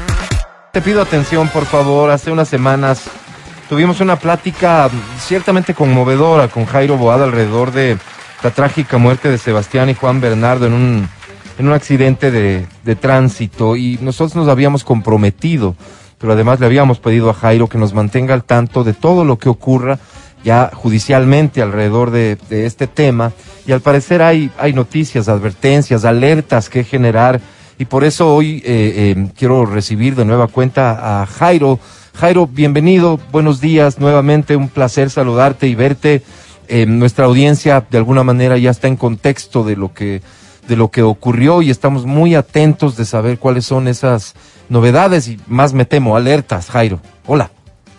Te pido atención, por favor. Hace unas semanas tuvimos una plática ciertamente conmovedora con Jairo Boada alrededor de la trágica muerte de Sebastián y Juan Bernardo en un, en un accidente de, de tránsito. Y nosotros nos habíamos comprometido, pero además le habíamos pedido a Jairo que nos mantenga al tanto de todo lo que ocurra ya judicialmente alrededor de, de este tema. Y al parecer hay, hay noticias, advertencias, alertas que generar. Y por eso hoy eh, eh, quiero recibir de nueva cuenta a Jairo. Jairo, bienvenido, buenos días, nuevamente un placer saludarte y verte. Eh, nuestra audiencia de alguna manera ya está en contexto de lo que de lo que ocurrió y estamos muy atentos de saber cuáles son esas novedades y más me temo, alertas, Jairo. Hola.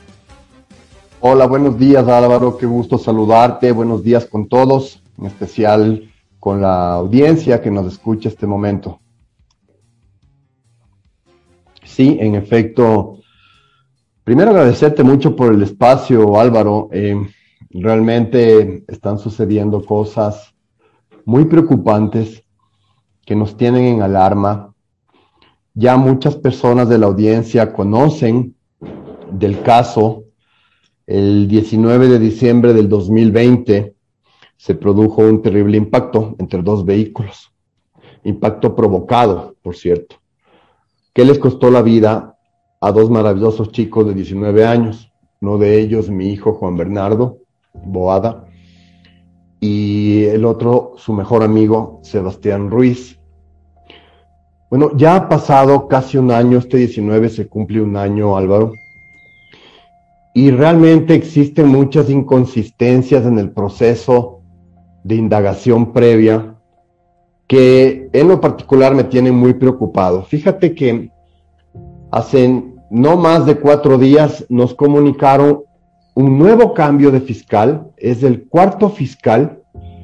Hola, buenos días Álvaro, qué gusto saludarte, buenos días con todos, en especial con la audiencia que nos escucha este momento. Sí, en efecto, primero agradecerte mucho por el espacio, Álvaro. Eh, realmente están sucediendo cosas muy preocupantes que nos tienen en alarma. Ya muchas personas de la audiencia conocen del caso. El diecinueve de diciembre del dos mil veinte se produjo un terrible impacto entre dos vehículos. Impacto provocado, por cierto, que les costó la vida a dos maravillosos chicos de diecinueve años, uno de ellos mi hijo Juan Bernardo Boada y el otro su mejor amigo Sebastián Ruiz. Bueno, ya ha pasado casi un año, este diecinueve se cumple un año, Álvaro, y realmente existen muchas inconsistencias en el proceso de indagación previa que en lo particular me tienen muy preocupado. Fíjate que hace no más de cuatro días nos comunicaron un nuevo cambio de fiscal, es el cuarto fiscal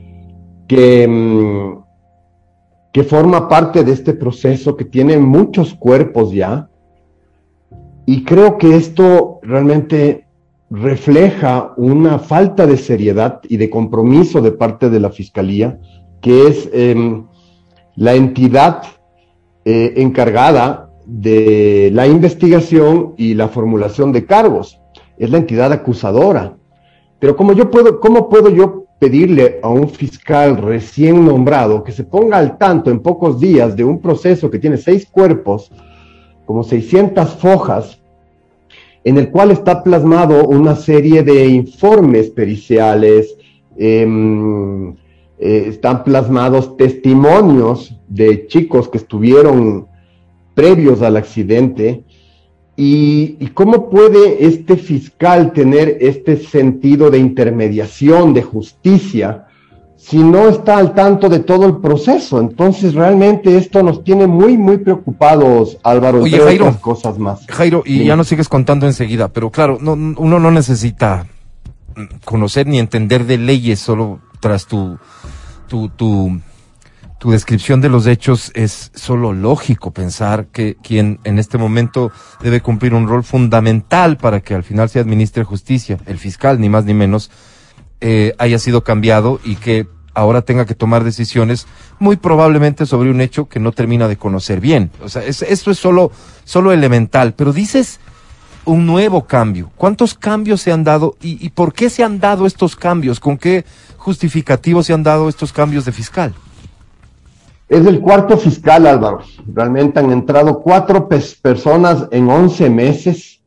que, que forma parte de este proceso, que tiene muchos cuerpos ya, y creo que esto realmente refleja una falta de seriedad y de compromiso de parte de la Fiscalía, que es eh, la entidad eh, encargada de la investigación y la formulación de cargos. Es la entidad acusadora. Pero ¿cómo, yo puedo, cómo puedo yo pedirle a un fiscal recién nombrado que se ponga al tanto en pocos días de un proceso que tiene seis cuerpos, como seiscientas fojas, en el cual está plasmado una serie de informes periciales, eh, eh, están plasmados testimonios de chicos que estuvieron previos al accidente? Y, y cómo puede este fiscal tener este sentido de intermediación, de justicia, si no está al tanto de todo el proceso? Entonces realmente esto nos tiene muy, muy preocupados, Álvaro. Oye, entre Jairo, otras cosas más. Jairo, y Dime. ya nos sigues contando enseguida, pero claro, no, uno no necesita conocer ni entender de leyes, solo tras tu, tu, tu, tu descripción de los hechos es solo lógico pensar que quien en este momento debe cumplir un rol fundamental para que al final se administre justicia, el fiscal, ni más ni menos, eh, haya sido cambiado y que ahora tenga que tomar decisiones muy probablemente sobre un hecho que no termina de conocer bien. O sea, es, esto es solo, solo elemental, pero dices un nuevo cambio. ¿Cuántos cambios se han dado y, y por qué se han dado estos cambios? ¿Con qué justificativos se han dado estos cambios de fiscal? Es el cuarto fiscal, Álvaro. Realmente han entrado cuatro personas en once meses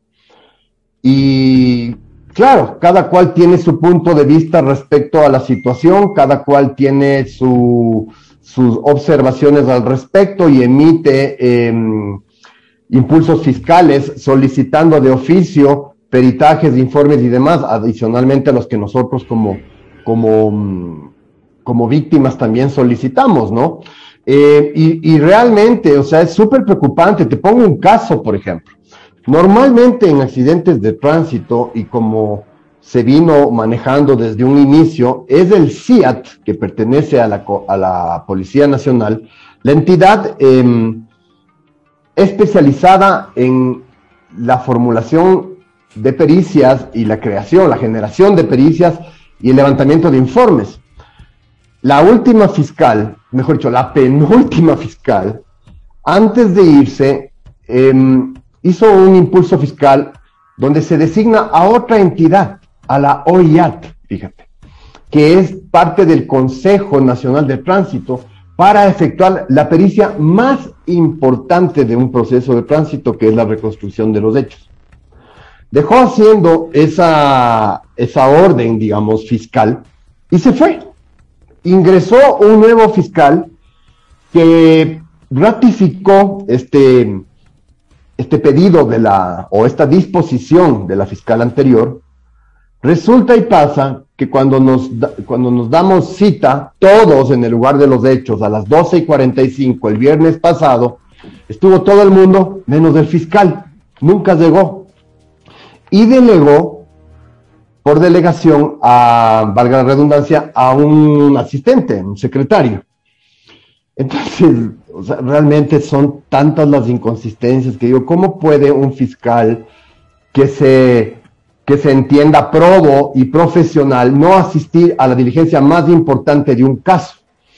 y claro, cada cual tiene su punto de vista respecto a la situación, cada cual tiene su, sus observaciones al respecto y emite eh, impulsos fiscales solicitando de oficio peritajes, informes y demás, adicionalmente a los que nosotros como, como, como víctimas también solicitamos, ¿no? Eh, y, y realmente, o sea, es súper preocupante. Te pongo un caso, por ejemplo. Normalmente en accidentes de tránsito, y como se vino manejando desde un inicio, es el C I A T, que pertenece a la, a la Policía Nacional, la entidad eh, especializada en la formulación de pericias y la creación, la generación de pericias y el levantamiento de informes. La última fiscal, mejor dicho, la penúltima fiscal, antes de irse, eh, hizo un impulso fiscal donde se designa a otra entidad, a la O I A T, fíjate, que es parte del Consejo Nacional de Tránsito, para efectuar la pericia más importante de un proceso de tránsito, que es la reconstrucción de los hechos. Dejó haciendo esa, esa orden, digamos, fiscal, y se fue. Ingresó un nuevo fiscal que ratificó este, este pedido de la, o esta disposición de la fiscal anterior. Resulta y pasa que cuando nos, da, cuando nos damos cita, todos en el lugar de los hechos, a las doce y cuarenta y cinco el viernes pasado, estuvo todo el mundo menos el fiscal. Nunca llegó. Y delegó, por delegación, a, valga la redundancia, a un asistente, un secretario. Entonces, o sea, realmente son tantas las inconsistencias que digo, ¿cómo puede un fiscal que se, que se entienda probo y profesional no asistir a la diligencia más importante de un caso?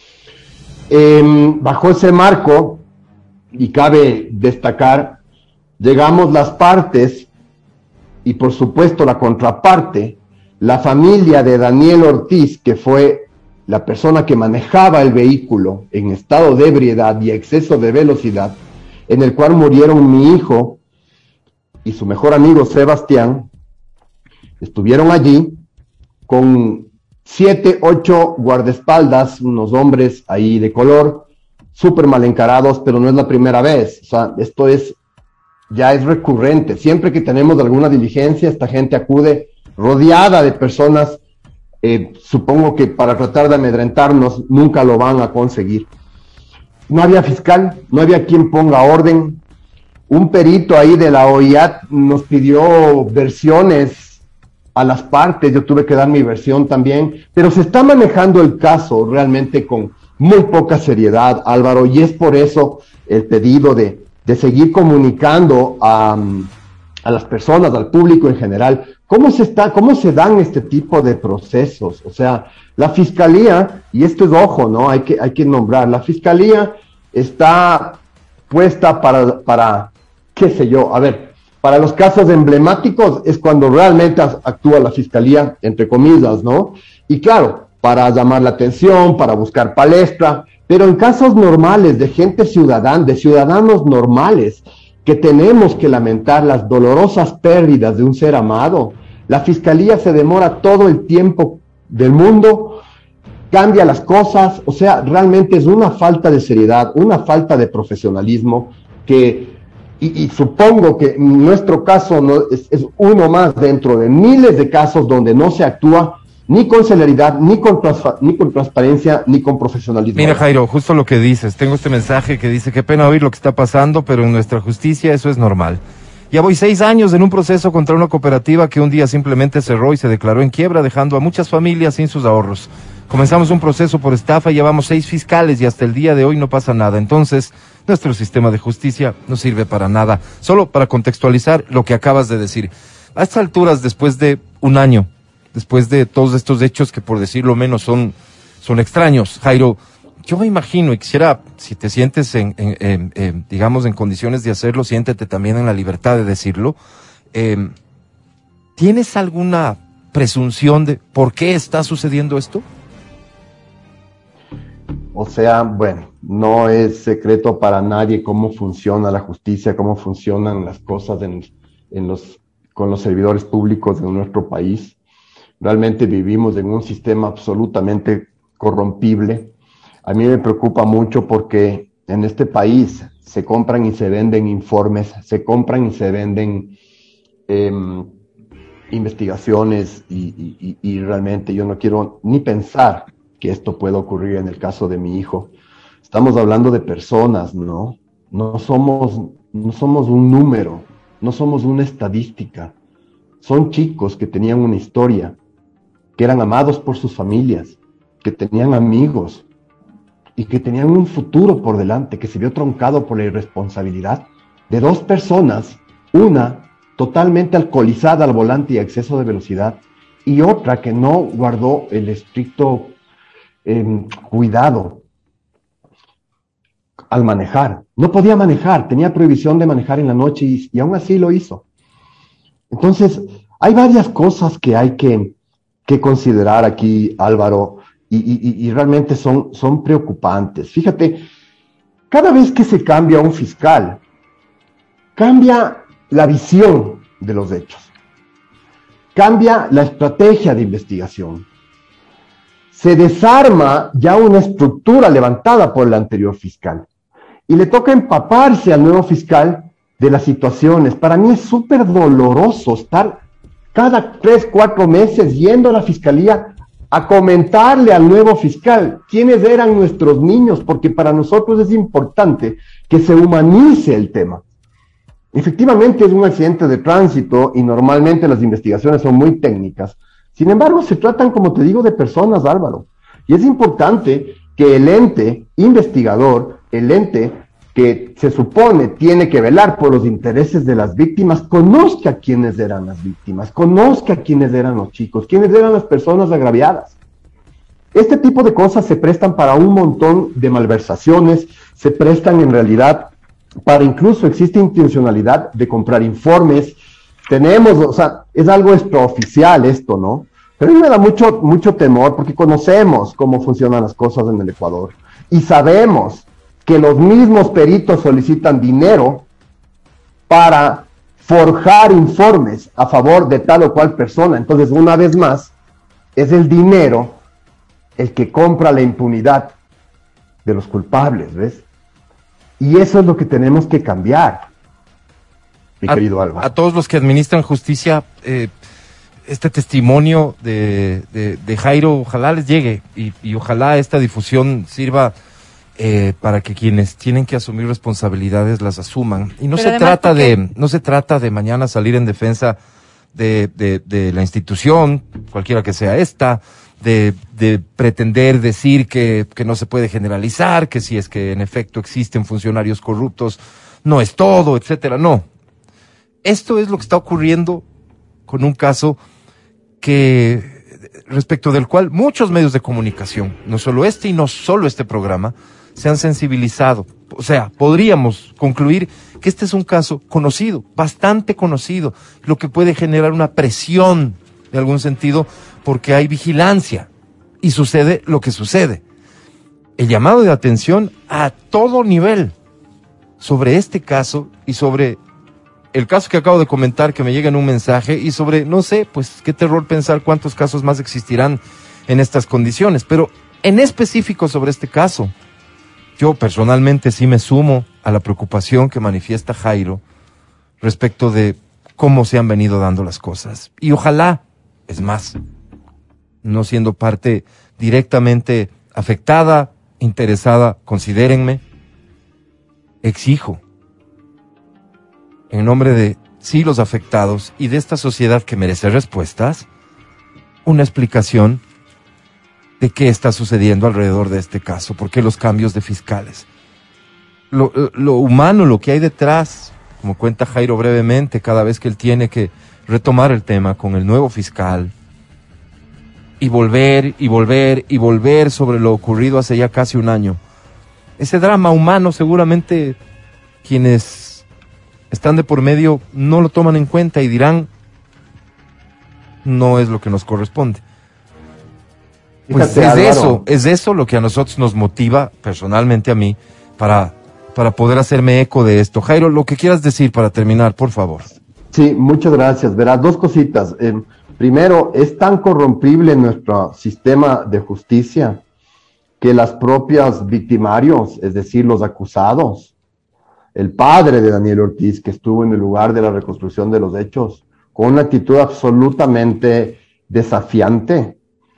Eh, bajo ese marco, y cabe destacar, llegamos las partes y por supuesto la contraparte, la familia de Daniel Ortiz, que fue la persona que manejaba el vehículo en estado de ebriedad y exceso de velocidad, en el cual murieron mi hijo y su mejor amigo Sebastián. Estuvieron allí con siete, ocho guardaespaldas, unos hombres ahí de color, súper mal encarados, pero no es la primera vez. O sea, esto es, ya es recurrente. Siempre que tenemos alguna diligencia, esta gente acude rodeada de personas, eh, supongo que para tratar de amedrentarnos, nunca lo van a conseguir. No había fiscal, no había quien ponga orden. Un perito ahí de la O I A T nos pidió versiones a las partes, yo tuve que dar mi versión también, pero se está manejando el caso realmente con muy poca seriedad, Álvaro, y es por eso el pedido de, de seguir comunicando a, a las personas, al público en general, cómo se está, cómo se dan este tipo de procesos. O sea, la fiscalía, y esto es ojo, ¿no? Hay que, hay que nombrar, la fiscalía está puesta para, para, qué sé yo, a ver, para los casos emblemáticos es cuando realmente actúa la fiscalía, entre comillas, ¿no? Y claro, para llamar la atención, para buscar palestra, pero en casos normales de gente ciudadana, de ciudadanos normales, que tenemos que lamentar las dolorosas pérdidas de un ser amado, la fiscalía se demora todo el tiempo del mundo, cambia las cosas, o sea, realmente es una falta de seriedad, una falta de profesionalismo que, y, y supongo que nuestro caso no, es, es uno más dentro de miles de casos donde no se actúa ni con celeridad, ni con, transfa- ni con transparencia, ni con profesionalismo. Mira, Jairo, justo lo que dices. Tengo este mensaje que dice, qué pena oír lo que está pasando, pero en nuestra justicia eso es normal. Ya voy seis años en un proceso contra una cooperativa que un día simplemente cerró y se declaró en quiebra, dejando a muchas familias sin sus ahorros. Comenzamos un proceso por estafa y llevamos seis fiscales y hasta el día de hoy no pasa nada. Entonces, nuestro sistema de justicia no sirve para nada. Solo para contextualizar lo que acabas de decir. A estas alturas, después de un año, después de todos estos hechos que por decirlo menos son, son extraños, Jairo, yo me imagino y quisiera, si te sientes en, en, en, en digamos, en condiciones de hacerlo, siéntete también en la libertad de decirlo. Eh, ¿Tienes alguna presunción de por qué está sucediendo esto? O sea, bueno, no es secreto para nadie cómo funciona la justicia, cómo funcionan las cosas en, en los, con los servidores públicos de nuestro país. Realmente vivimos en un sistema absolutamente corrompible. A mí me preocupa mucho porque en este país se compran y se venden informes, se compran y se venden eh, investigaciones y, y, y realmente yo no quiero ni pensar que esto pueda ocurrir en el caso de mi hijo. Estamos hablando de personas, ¿no? No somos, no somos un número, no somos una estadística. Son chicos que tenían una historia, que eran amados por sus familias, que tenían amigos y que tenían un futuro por delante, que se vio truncado por la irresponsabilidad de dos personas, una totalmente alcoholizada al volante y a exceso de velocidad, y otra que no guardó el estricto eh, cuidado al manejar. No podía manejar, tenía prohibición de manejar en la noche y, y aún así lo hizo. Entonces, hay varias cosas que hay que, que considerar aquí, Álvaro, y, y, y realmente son, son preocupantes. Fíjate, cada vez que se cambia un fiscal, cambia la visión de los hechos, cambia la estrategia de investigación, se desarma ya una estructura levantada por el anterior fiscal y le toca empaparse al nuevo fiscal de las situaciones. Para mí es súper doloroso estar cada tres, cuatro meses yendo a la fiscalía a comentarle al nuevo fiscal quiénes eran nuestros niños, porque para nosotros es importante que se humanice el tema. Efectivamente es un accidente de tránsito y normalmente las investigaciones son muy técnicas. Sin embargo, se tratan, como te digo, de personas, Álvaro. Y es importante que el ente investigador, el ente que se supone tiene que velar por los intereses de las víctimas, conozca quiénes eran las víctimas, conozca quiénes eran los chicos, quiénes eran las personas agraviadas. Este tipo de cosas se prestan para un montón de malversaciones, se prestan en realidad para incluso existe intencionalidad de comprar informes. Tenemos, o sea, es algo extraoficial esto, ¿no? Pero a mí me da mucho, mucho temor porque conocemos cómo funcionan las cosas en el Ecuador y sabemos que los mismos peritos solicitan dinero para forjar informes a favor de tal o cual persona. Entonces, una vez más, es el dinero el que compra la impunidad de los culpables, ¿ves? Y eso es lo que tenemos que cambiar, mi a, querido Álvaro. A todos los que administran justicia, eh, este testimonio de, de, de Jairo, ojalá les llegue y, y ojalá esta difusión sirva Eh, para que quienes tienen que asumir responsabilidades las asuman. Y no Pero se además, trata porque... de, no se trata de mañana salir en defensa de, de, de la institución, cualquiera que sea esta, de, de pretender decir que, que no se puede generalizar, que si es que en efecto existen funcionarios corruptos, no es todo, etcétera. No. Esto es lo que está ocurriendo con un caso que, respecto del cual muchos medios de comunicación, no solo este y no solo este programa, se han sensibilizado. O sea, podríamos concluir que este es un caso conocido, bastante conocido, lo que puede generar una presión de algún sentido porque hay vigilancia y sucede lo que sucede. El llamado de atención a todo nivel sobre este caso y sobre el caso que acabo de comentar, que me llega en un mensaje, y sobre, no sé, pues qué terror pensar cuántos casos más existirán en estas condiciones, pero en específico sobre este caso, yo personalmente sí me sumo a la preocupación que manifiesta Jairo respecto de cómo se han venido dando las cosas. Y ojalá, es más, no siendo parte directamente afectada, interesada, considérenme, exijo, en nombre de sí los afectados y de esta sociedad que merece respuestas, una explicación de qué está sucediendo alrededor de este caso, por qué los cambios de fiscales. Lo, lo humano, lo que hay detrás, como cuenta Jairo brevemente, cada vez que él tiene que retomar el tema con el nuevo fiscal y volver y volver y volver sobre lo ocurrido hace ya casi un año. Ese drama humano seguramente quienes están de por medio no lo toman en cuenta y dirán, no es lo que nos corresponde. Pues Fíjate, es de Álvaro. eso, es de eso lo que a nosotros nos motiva, personalmente a mí, para, para poder hacerme eco de esto. Jairo, lo que quieras decir para terminar, por favor. Sí, muchas gracias. Verás, dos cositas. Eh, primero, es tan corrompible nuestro sistema de justicia que las propias victimarios, es decir, los acusados, el padre de Daniel Ortiz, que estuvo en el lugar de la reconstrucción de los hechos, con una actitud absolutamente desafiante,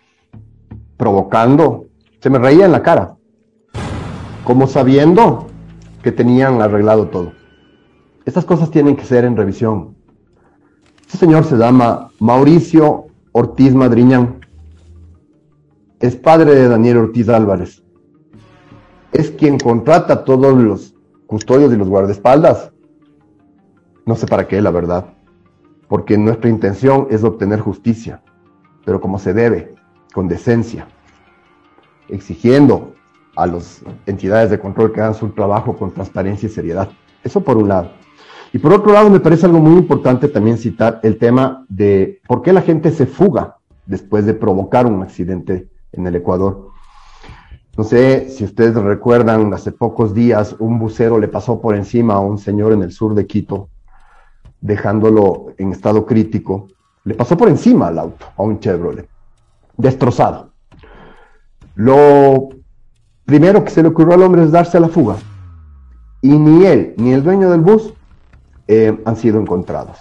provocando, se me reía en la cara, como sabiendo que tenían arreglado todo. Estas cosas tienen que ser en revisión. Este señor se llama Mauricio Ortiz Madriñán. Es padre de Daniel Ortiz Álvarez. Es quien contrata a todos los custodios y los guardaespaldas. No sé para qué, la verdad. Porque nuestra intención es obtener justicia, pero como se debe, con decencia, exigiendo a las entidades de control que hagan su trabajo con transparencia y seriedad. Eso por un lado. Y por otro lado, me parece algo muy importante también citar el tema de por qué la gente se fuga después de provocar un accidente en el Ecuador. No sé si ustedes recuerdan, hace pocos días un bucero le pasó por encima a un señor en el sur de Quito, dejándolo en estado crítico. Le pasó por encima al auto, a un Chevrolet, destrozado. Lo primero que se le ocurrió al hombre es darse a la fuga. Y ni él, ni el dueño del bus eh, han sido encontrados.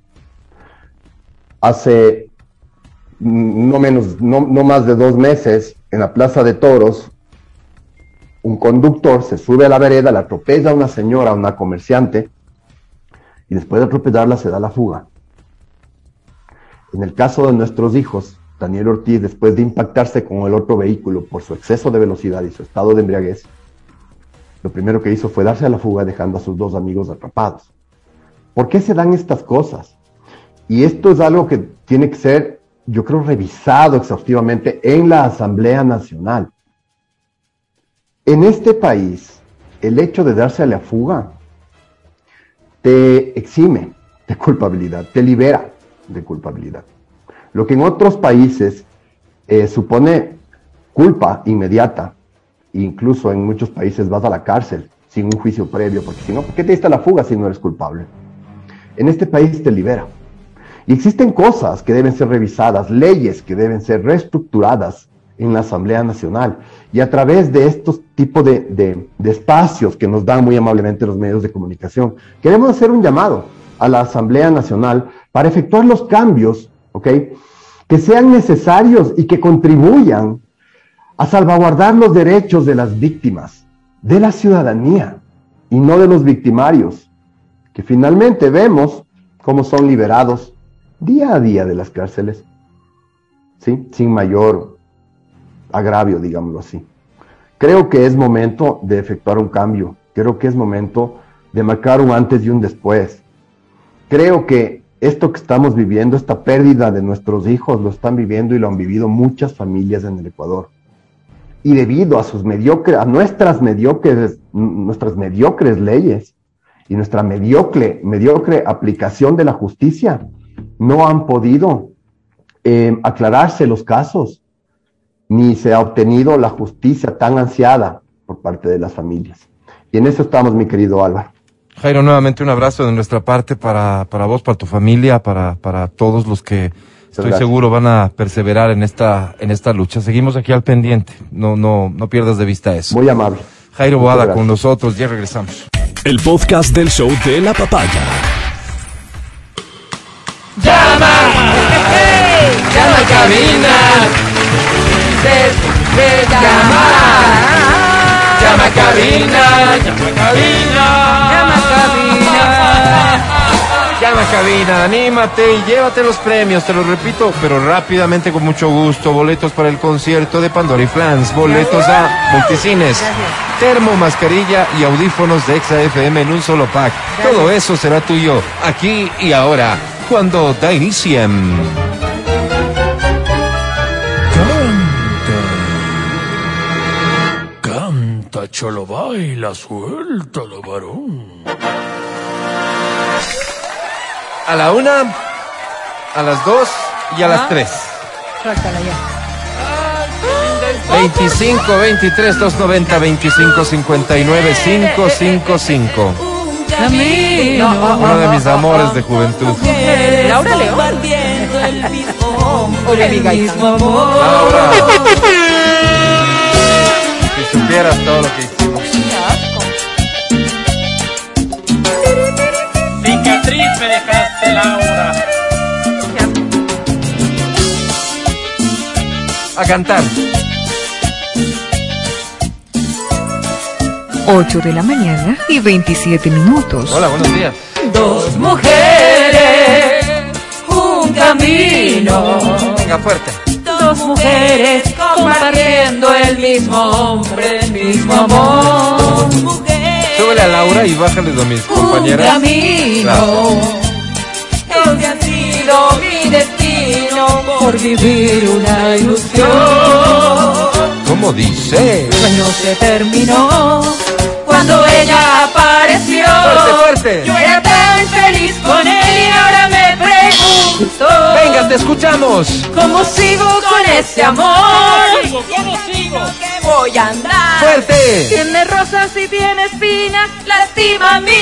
Hace no, menos, no, no más de dos meses, en la Plaza de Toros, un conductor se sube a la vereda, le atropella a una señora, a una comerciante, y después de atropellarla se da la fuga. En el caso de nuestros hijos, Daniel Ortiz, después de impactarse con el otro vehículo por su exceso de velocidad y su estado de embriaguez, lo primero que hizo fue darse a la fuga dejando a sus dos amigos atrapados. ¿Por qué se dan estas cosas? Y esto es algo que tiene que ser, yo creo, revisado exhaustivamente en la Asamblea Nacional. En este país, el hecho de darse a la fuga te exime de culpabilidad, te libera de culpabilidad. Lo que en otros países eh, supone culpa inmediata, incluso en muchos países vas a la cárcel sin un juicio previo, porque si no, ¿por qué te diste la fuga si no eres culpable? En este país te libera. Y existen cosas que deben ser revisadas, leyes que deben ser reestructuradas en la Asamblea Nacional. Y a través de estos tipos de, de, de espacios que nos dan muy amablemente los medios de comunicación, queremos hacer un llamado a la Asamblea Nacional para efectuar los cambios, ¿ok?, que sean necesarios y que contribuyan a salvaguardar los derechos de las víctimas, de la ciudadanía, y no de los victimarios, que finalmente vemos cómo son liberados día a día de las cárceles, ¿sí?, sin mayor agravio, digámoslo así. Creo que es momento de efectuar un cambio, creo que es momento de marcar un antes y un después. Creo que esto que estamos viviendo, esta pérdida de nuestros hijos, lo están viviendo y lo han vivido muchas familias en el Ecuador. Y debido a sus mediocres, a nuestras mediocres, nuestras mediocres leyes y nuestra mediocre, mediocre aplicación de la justicia, no han podido eh, aclararse los casos, ni se ha obtenido la justicia tan ansiada por parte de las familias. Y en eso estamos, mi querido Álvaro. Jairo, nuevamente un abrazo de nuestra parte para, para vos, para tu familia, para, para todos los que estoy gracias. seguro van a perseverar en esta, en esta lucha. Seguimos aquí al pendiente, no, no, no pierdas de vista eso. Muy amable. Jairo Muchas Boada gracias. con nosotros, ya regresamos. El podcast del show de la papaya. ¡Llama! ¡Llama, cabina! puedes me llamar. Llama a cabina, llama a cabina, Llama a cabina. llama a cabina, anímate y llévate los premios, te lo repito, pero rápidamente con mucho gusto. Boletos para el concierto de Pandora y Flans, boletos a Multicines, termo, mascarilla y audífonos de Exa F M en un solo pack. Todo eso será tuyo aquí y ahora, cuando da inicio. Canta, cholo, baila, suéltalo, varón. A la una, a las dos y a las tres. Suéltala ya. veinticinco, veintitrés, doscientos noventa, veinticinco, cincuenta y nueve, quinientos cincuenta y cinco. Camino. Uno de mis amores de juventud. Laura León. Hola, amiga. Laura. Si supieras todo lo que hicimos. Cicatriz me dejaste, Laura. A cantar. ocho de la mañana y veintisiete minutos. Hola, buenos días. Dos mujeres, un camino. Venga, fuerte. Dos mujeres compartiendo el mismo hombre, el mismo amor. Súbele a Laura y bájale a mis Un compañeras. camino. Ese ha sido mi destino por vivir una ilusión. ¿Cómo dice? El sueño se terminó cuando ella apareció. Fuerte, fuerte. Yo era tan feliz con él y ahora me pregunto. Venga, te escuchamos. ¿Cómo sigo con ese amor? ¿Cómo sigo? ¿Qué voy a andar? Fuerte. Tiene rosas y tiene espinas, lastima mi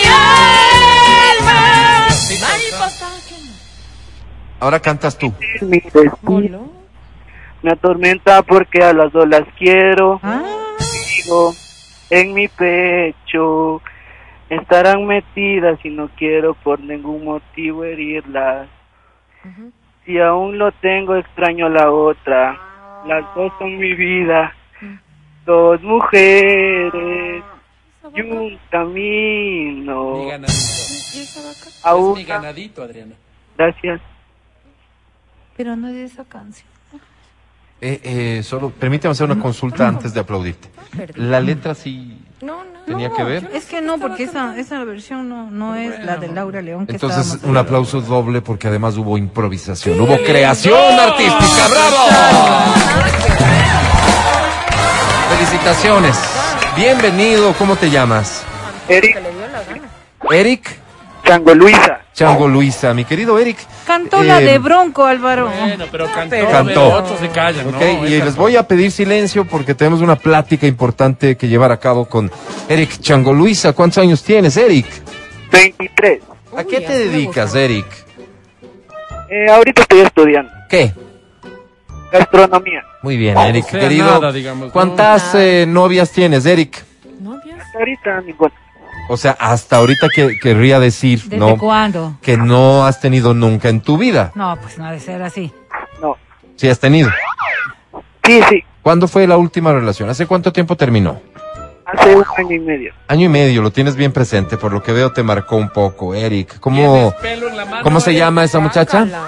alma. Mariposa. Ahora cantas tú. Mi destino me atormenta porque a las dos las quiero. Ah. Digo, en mi pecho estarán metidas y no quiero por ningún motivo herirlas. Si aún lo tengo, extraño a la otra. Las dos son mi vida. Dos mujeres y un camino. Mi ganadito. A Es mi una. ganadito, Adriana. Gracias. Pero no es de esa canción. Eh, eh, solo permítame hacer una consulta antes de aplaudirte. La letra sí No, no. tenía que ver. Es que no, porque esa, esa versión no, no es la de Laura León. Que Entonces, estábamos un aplauso doble porque además hubo improvisación, hubo creación artística. ¡Bravo! Felicitaciones. Bienvenido. ¿Cómo te llamas? Eric Eric Chango Luisa. Chango Luisa. Mi querido Eric. Cantó la eh, de Bronco, Álvaro. Bueno, pero cantó, Pero- Cantó. pero otros se callan, Ok, ¿no? y Esa- les voy a pedir silencio porque tenemos una plática importante que llevar a cabo con Eric Chango Luisa. ¿Cuántos años tienes, Eric? veintitrés. ¿A qué Uy, te así me dedicas, gusta. Eric? Eh, ahorita estoy estudiando ¿Qué? gastronomía. Muy bien, Eric, O sea, querido. nada, digamos, ¿no? ¿Cuántas eh, novias tienes, Eric? ¿Novias? Hasta ahorita ninguna. O sea, hasta ahorita que querría decir, ¿Desde ¿no? cuándo? Que no has tenido nunca en tu vida. No, pues no ha de ser así. No. Sí has tenido. Sí, sí. ¿Cuándo fue la última relación? ¿Hace cuánto tiempo terminó? Hace un año y medio. Año y medio, lo tienes bien presente, por lo que veo te marcó un poco, Eric. ¿Cómo, ¿Tienes pelo en la mano, ¿cómo se Adriana? llama esa muchacha? Sácala.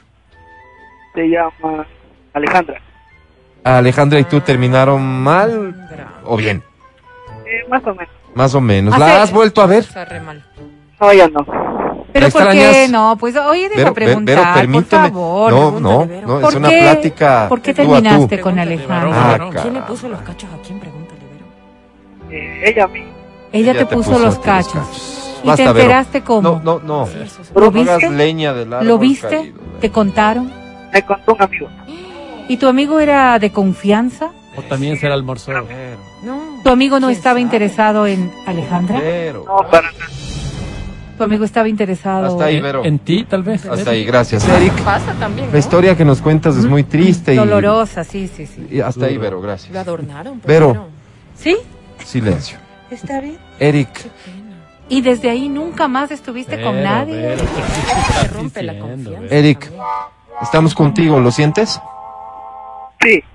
Se llama Alejandra. Alejandra y tú terminaron mal o bien, Eh, más o menos. más o menos. Hace- ¿La has vuelto a ver? Está re mal. No, ya no. Pero ¿Me ¿por qué extrañas? no? Pues oye, deja Vero, Ver- preguntar, Vero, permíteme. por favor. No, pregúntale, no, Vero. no, ¿Por es una qué- plática. ¿Por qué tú a tú. terminaste con Pregúntale, Alejandra? Ah, varón. cara. ¿Quién le puso los cachos a quién? Pregúntale, Vero. Eh, ella a mí. Ella te puso los a ti cachos. ¿Y Basta, te Vero. enteraste cómo? No, no, no. Sí, eso sí. ¿Lo No hagas viste? leña del árbol ¿Lo viste? caído. ¿Te contaron? Me contó un amigo. ¿Y tu amigo era de confianza? O también será almorzó. Vero, No. ¿Tu amigo no ¿Quién estaba sabe? interesado en Alejandra? Vero. No, para nada. ¿Tu amigo estaba interesado? Hasta ahí, Vero. ¿En ti, tal vez? Hasta ahí, gracias, Eric. Pasa también, ¿no? La historia que nos cuentas es muy triste y, Dolorosa, sí, sí, sí. y hasta ahí, Vero, Lo gracias. adornaron. pues, Vero. ¿Sí? Silencio. Está bien. Eric, Qué pena. ¿Y desde ahí nunca más estuviste con Vero, nadie? Vero, ¿qué Se estás rompe la diciendo, confianza. Vero? Eric, también. estamos contigo, ¿lo sientes? Sí.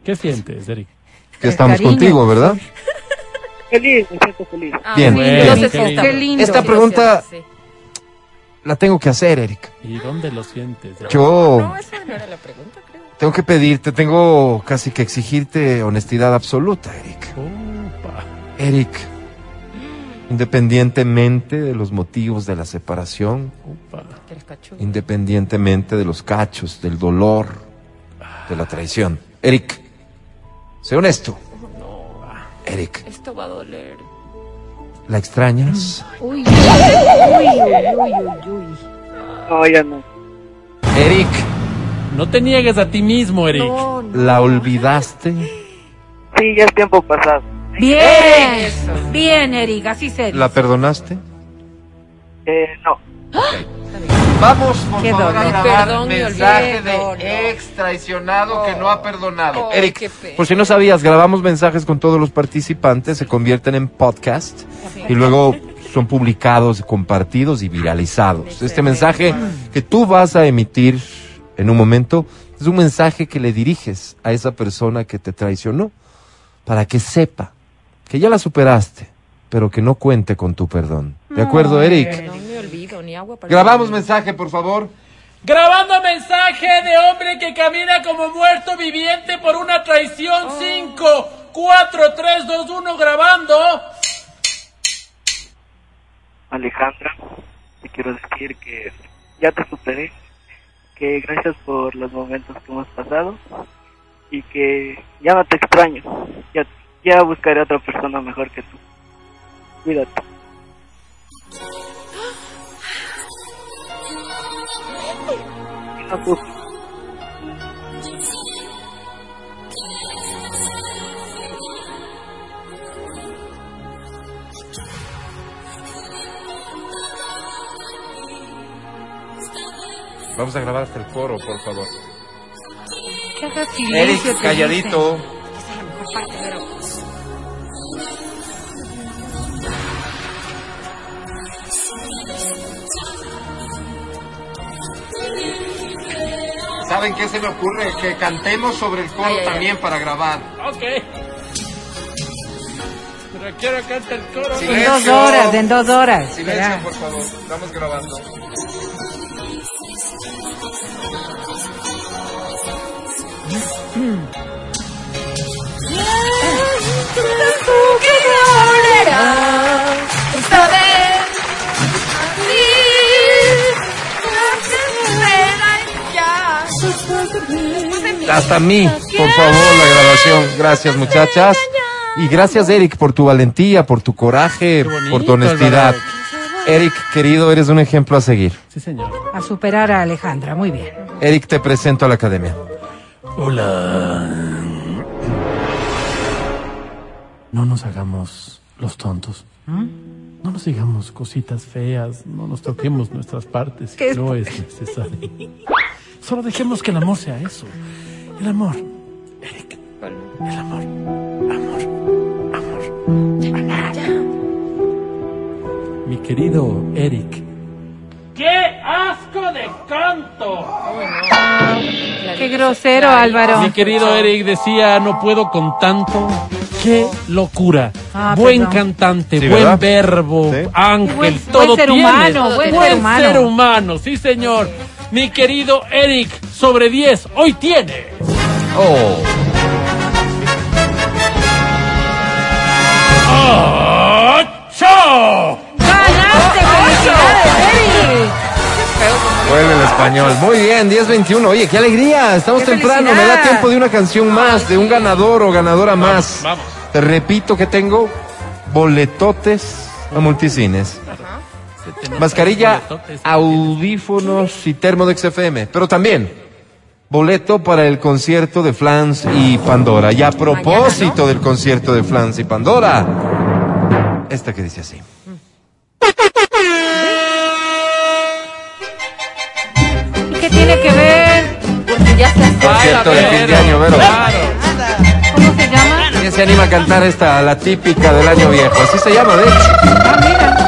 ¿Qué sientes, Eric? Que estamos cariño. contigo, ¿verdad? Feliz, me siento feliz. Ah, Bien. sí, Bueno, entonces qué está- Qué lindo. Esta pregunta Sí. la tengo que hacer, Eric. ¿Y dónde lo sientes? Eric? Yo No, esa no era la pregunta, creo. tengo que pedirte, tengo casi que exigirte honestidad absoluta, Eric. Upa. Eric, independientemente de los motivos de la separación, Upa. Que el cachudo. independientemente de los cachos, del dolor, de la traición. Eric, sé honesto. Eric, Esto va a doler. ¿la extrañas? Uy, uy, uy, uy, uy, uy. No, ya no. Eric, No te niegues a ti mismo, Eric. No, no. ¿la olvidaste? Sí, ya es tiempo pasado. Bien, bien, Eric, así se ¿La perdonaste? Eh, no. Vamos, por Qué favor, a dolor. grabar Perdón, mi mensaje olvido. de ex traicionado que no ha perdonado. Oh, Eric, qué pena. por si no sabías, grabamos mensajes con todos los participantes, se convierten en podcast y luego son publicados, compartidos y viralizados. Este mensaje que tú vas a emitir en un momento es un mensaje que le diriges a esa persona que te traicionó para que sepa que ya la superaste, pero que no cuente con tu perdón. ¿De acuerdo, Eric? No me olvido, ni agua para Grabamos mensaje, por favor. Grabando mensaje de hombre que camina como muerto viviente por una traición. cinco, cuatro, tres, dos, uno, grabando. Alejandra, te quiero decir que ya te superé, que gracias por los momentos que hemos pasado y que ya no te extraño, ya, ya buscaré a otra persona mejor que tú. Cuídate. Y no sufres. Vamos a grabar hasta el coro, por favor. Que haga silencio, Eric, te calladito. ¿Saben qué se me ocurre? Que cantemos sobre el coro Ay, ay, ay. también para grabar. Ok. Pero quiero cantar el coro. dicen. Silencio. En dos horas, en dos horas. Silencio, Verá. por favor. Estamos grabando. Hasta mí, por favor, la grabación. Gracias, muchachas. Y gracias, Eric, por tu valentía, por tu coraje, bonito, por tu honestidad. Álvaro. Eric, querido, eres un ejemplo a seguir. Sí, señor. A superar a Alejandra, muy bien. Eric, te presento a la academia. Hola. No nos hagamos los tontos. No nos digamos cositas feas. No nos toquemos nuestras partes. ¿Qué es? No es necesario. Solo dejemos que el amor sea eso. El amor. Eric. El amor. Amor. Amor. Mi querido Eric. ¡Qué asco de canto! Qué grosero, Álvaro. Mi querido Eric decía, no puedo con tanto. ¡Qué locura! Ah, buen perdón. Sí, cantante, buen ¿verdad? verbo, Sí. ángel, Buen- todo buen ser tiene. humano, buen ser humano. ser humano, sí señor. Mi querido Eric, sobre diez, hoy tiene. Oh. ¡Ocho! ¡Ganaste! ¡Felicidades, Eric! Vuelve el español. Muy bien, diez veintiuno. Oye, qué alegría. Estamos ¡Qué temprano. Me da felicidad! tiempo de una canción más, de un ganador o ganadora más. vamos. Te repito que tengo boletotes a multicines. Mascarilla, audífonos y termo de X F M. Pero también boleto para el concierto de Flans y Pandora. Y a propósito del concierto de Flans y Pandora, esta que dice así. ¿Y qué tiene que ver? Porque ya se hace. Concierto de fin de año, Vero. ¿Cómo se llama? ¿Quién se anima a cantar esta, la típica del año viejo? Así se llama, de hecho. Ah, mira.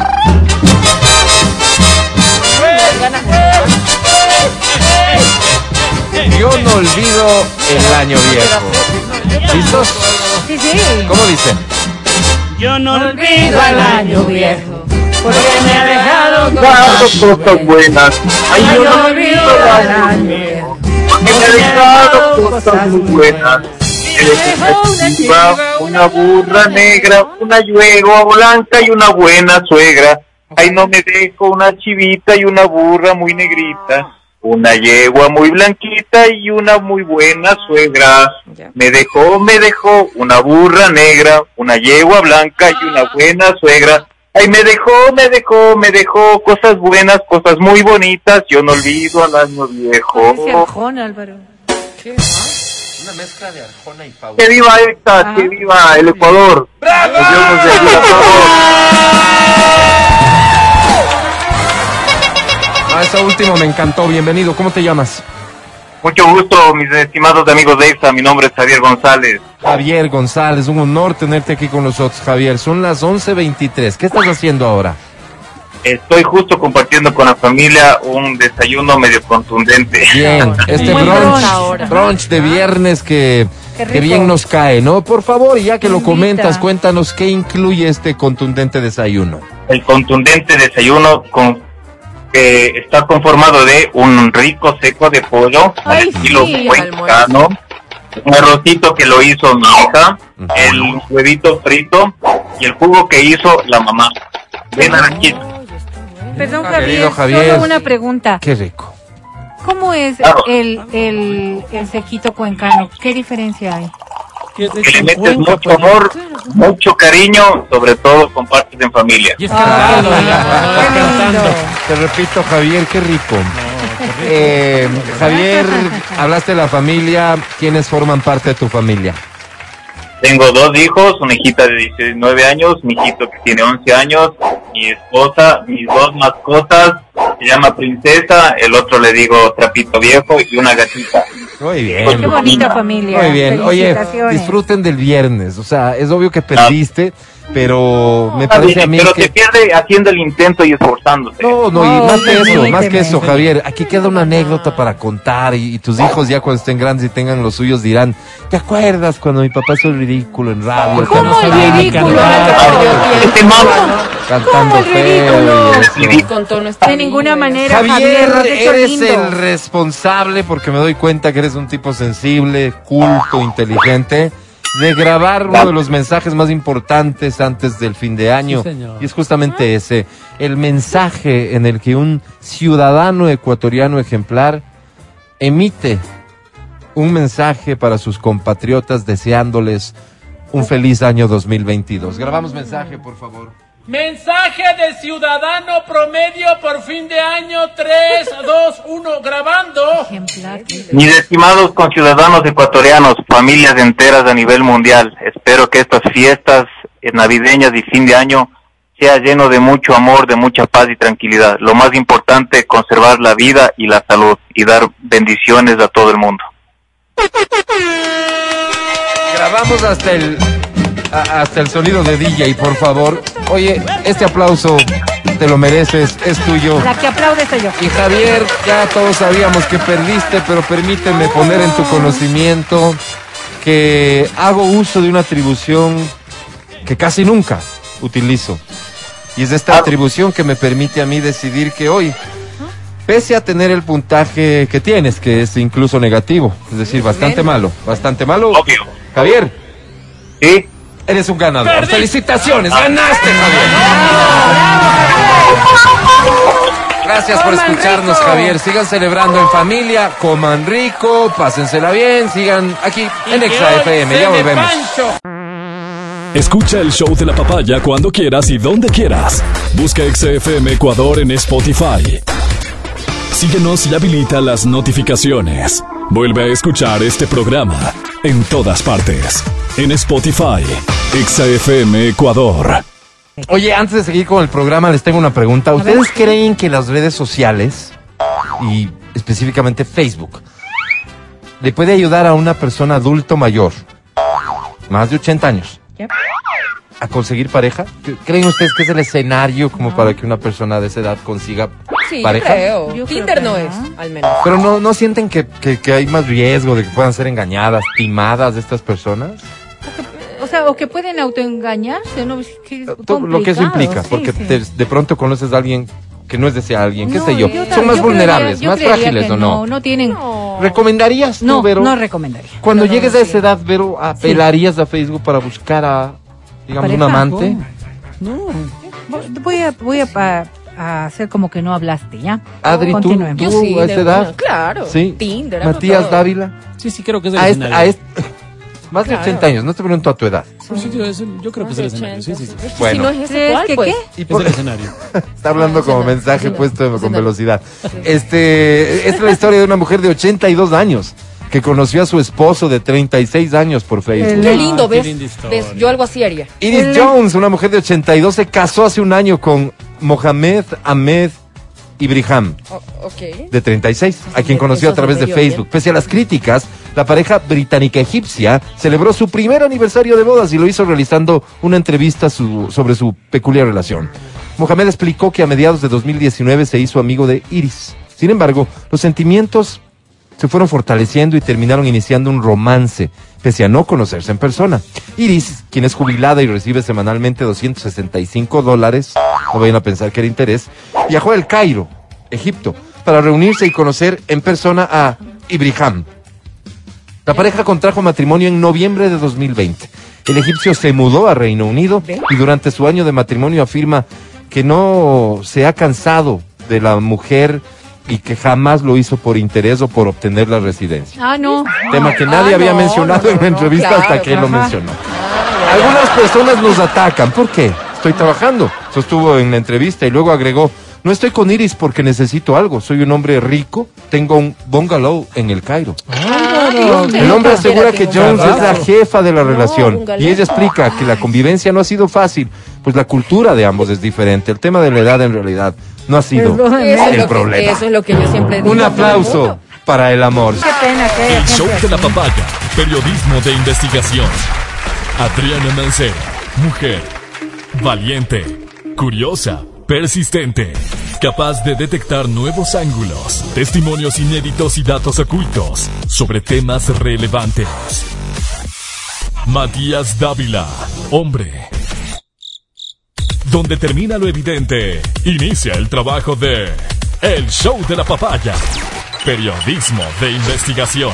Yo no olvido el año viejo. ¿Listos? Sí, sí. ¿Cómo dice? Yo no Olvido al año viejo, porque me ha dejado cosas buenas. Ay, yo no olvido al año viejo, porque me ha dejado cosas muy buenas. Una chiva, una burra negra, una yegua blanca y una buena suegra. Ay, no me dejo una chivita y una burra muy negrita, una yegua muy blanquita y una muy buena suegra. Me dejó, me dejó una burra negra, una yegua blanca y una buena suegra. Ay, me dejó, me dejó, me dejó cosas buenas, cosas muy bonitas. Yo no olvido al año viejo. Ese Arjona, Álvaro. ¿Qué? Una mezcla de Arjona y Paula. Que viva esta, que viva el Ecuador. ¡Bravo! Que Dios nos bendiga a todos. Ah, eso último me encantó. Bienvenido. ¿Cómo te llamas? Mucho gusto, mis estimados amigos de EXA. Mi nombre es Javier González. Javier González, un honor tenerte aquí con nosotros, Javier. Son las once veintitrés. ¿Qué estás haciendo ahora? Estoy justo compartiendo con la familia un desayuno medio contundente. Bien, este Buen brunch, brunch. brunch de viernes que, Qué rico. que bien nos cae, ¿no? Por favor, ya que lo Invita. comentas, cuéntanos qué incluye este contundente desayuno. El contundente desayuno con, que está conformado de un rico seco de pollo, Ay, al estilo sí, mexicano, un arrocito que lo hizo mi hija, el huevito frito y el jugo que hizo la mamá. De naranjita. Perdón, Ah, Javier, querido Javier. solo una pregunta. Qué rico. ¿Cómo es Claro. el, el, el sequito cuencano? ¿Qué diferencia hay? Que de Que le metes Cuenca, mucho pues. amor, mucho cariño, sobre todo compartes en familia. Y es Ah, cantando, qué digamos, ¿no? Es lindo. cantando. Te repito, Javier, qué rico. Eh, Javier, hablaste de la familia. ¿Quiénes forman parte de tu familia? Tengo dos hijos, una hijita de diecinueve años, mi hijito que tiene once años, mi esposa, mis dos mascotas, se llama Princesa, el otro le digo Trapito Viejo y una gatita. Muy bien. Qué bonita familia. Muy bien. Oye, Felicitaciones. disfruten del viernes. O sea, es obvio que perdiste, pero me Está parece bien, a mí pero que... te pierde haciendo el intento y esforzándose. No, no, y No, más que eso, permíteme. más que eso, Javier, aquí queda una anécdota para contar y, y tus hijos ya cuando estén grandes y tengan los suyos dirán, ¿te acuerdas cuando mi papá hizo el ridículo en radio? ¿Cómo Cuando el salía ridículo? cantando, Este mamá, cantando ¿Cómo el feo y ridículo? eso. Con tono está De ninguna manera, Javier, Javier, lo has hecho eres lindo. el responsable, porque me doy cuenta que eres un tipo sensible, culto, inteligente, de grabar uno de los mensajes más importantes antes del fin de año. Sí, señor. Y es justamente ese, el mensaje en el que un ciudadano ecuatoriano ejemplar emite un mensaje para sus compatriotas deseándoles un feliz año dos mil veintidós. Grabamos mensaje, por favor. Mensaje de ciudadano promedio por fin de año. Tres, dos, uno, grabando. Ejemplar. mis estimados conciudadanos ecuatorianos, familias enteras a nivel mundial, espero que estas fiestas navideñas y fin de año sea lleno de mucho amor, de mucha paz y tranquilidad. Lo más importante, conservar la vida y la salud y dar bendiciones a todo el mundo. Grabamos hasta el a- hasta el sonido de D J, por favor. Oye, este aplauso te lo mereces, es tuyo. La que aplaude soy yo. Y Javier, ya todos sabíamos que perdiste, pero permíteme poner en tu conocimiento que hago uso de una atribución que casi nunca utilizo. Y es esta atribución que me permite a mí decidir que hoy, pese a tener el puntaje que tienes, que es incluso negativo, es decir, bastante malo, bastante malo, Obvio. Javier, ¿Sí? eres un ganador. ¡Felicitaciones! ¡Ganaste, Javier! Gracias por Coman escucharnos, rico. Javier. Sigan celebrando en familia, coman rico, pásensela bien, sigan aquí en Exa F M. Ya volvemos. Escucha el show de la papaya cuando quieras y donde quieras. Busca Exa F M Ecuador en Spotify. Síguenos y habilita las notificaciones. Vuelve a escuchar este programa en todas partes. En Spotify, Exa F M Ecuador. Oye, antes de seguir con el programa, les tengo una pregunta. ¿Ustedes creen que las redes sociales, y específicamente Facebook, le puede ayudar a una persona adulto mayor, más de ochenta años, Yep. a conseguir pareja? ¿Creen ustedes que es el escenario como no. para que una persona de esa edad consiga Sí, pareja? yo creo. Yo Tinder creo no que es, no. al menos. Pero no, ¿no sienten que, que, que hay más riesgo de que puedan ser engañadas, timadas de estas personas? O sea, o que pueden autoengañarse, ¿no? Es que es Todo lo que eso complicado, implica, sí, porque sí. Te, de pronto conoces a alguien que no es de ese alguien, qué No, sé yo. yo Son tam- más yo vulnerables, creería- yo más creería frágiles, que ¿o no? No, no tienen. No. ¿Recomendarías tú, No, Vero? no recomendaría. Cuando No, no, llegues no, a sí. esa edad, Vero, ¿apelarías a Facebook para buscar a, digamos, un ¿Pareja? amante? No. Voy a, voy a, pa- a hacer como que no hablaste, ¿ya? Adri, ¿tú, Continuemos. tú Yo sí, a de esa edad? una, claro. Sí. Tinder, hago Matías todo. Dávila. Sí, sí, creo que es el A este, escenario. a este, más de Claro. ochenta años, no te pregunto a tu edad. Pues sí, yo, es el- yo creo que es el escenario. Sí, sí, sí. Es que Bueno. si no es ese, ¿Crees ¿cuál, que pues? qué? Y Es por- el escenario. Está hablando Ah, como ese no, mensaje ese no, puesto ese con no. velocidad. Este, esta es la historia de una mujer de ochenta y dos años que conoció a su esposo de treinta y seis años por Facebook. Qué El- lindo, Ah, qué ¿ves? linda historia. ¿Ves? Yo algo así haría. Iris El- Jones, una mujer de ochenta y dos, se casó hace un año con Mohamed Ahmed Ibrahim, O- ok. de treinta y seis, a quien conoció a Eso través de se Facebook. Pese a las críticas, la pareja británica-egipcia celebró su primer aniversario de bodas y lo hizo realizando una entrevista su- sobre su peculiar relación. Mohamed explicó que a mediados de dos mil diecinueve se hizo amigo de Iris. Sin embargo, los sentimientos se fueron fortaleciendo y terminaron iniciando un romance, pese a no conocerse en persona. Iris, quien es jubilada y recibe semanalmente doscientos sesenta y cinco dólares, no vayan a pensar que era interés, viajó al Cairo, Egipto, para reunirse y conocer en persona a Ibrahim. La pareja contrajo matrimonio en noviembre de dos mil veinte. El egipcio se mudó a Reino Unido y durante su año de matrimonio afirma que no se ha cansado de la mujer y que jamás lo hizo por interés o por obtener la residencia. Ah, no. Tema que nadie Ah, había no, mencionado no, en la no, entrevista claro, hasta que él lo ajá. mencionó. Algunas personas nos atacan. ¿Por qué? Estoy trabajando, sostuvo en la entrevista y luego agregó, no estoy con Iris porque necesito algo. Soy un hombre rico, tengo un bungalow en el Cairo. Ah, Dios, El hombre yo asegura que quisiera Jones tener un es la bungalow. jefa de la No, relación bungalow. y ella explica que la convivencia no ha sido fácil, pues la cultura de ambos es diferente. El tema de la edad en realidad no ha sido Perdóneme. Eso es el lo que- problema. Eso es lo que yo siempre digo. Un a todo el aplauso mundo. para el amor. Qué pena que haya El show gente de la así. papaya. Periodismo de investigación. Adriana Mancera. Mujer. Valiente. Curiosa. Persistente. Capaz de detectar nuevos ángulos, testimonios inéditos y datos ocultos sobre temas relevantes. Matías Dávila. Hombre. Donde termina lo evidente, inicia el trabajo de El Show de la Papaya. Periodismo de investigación.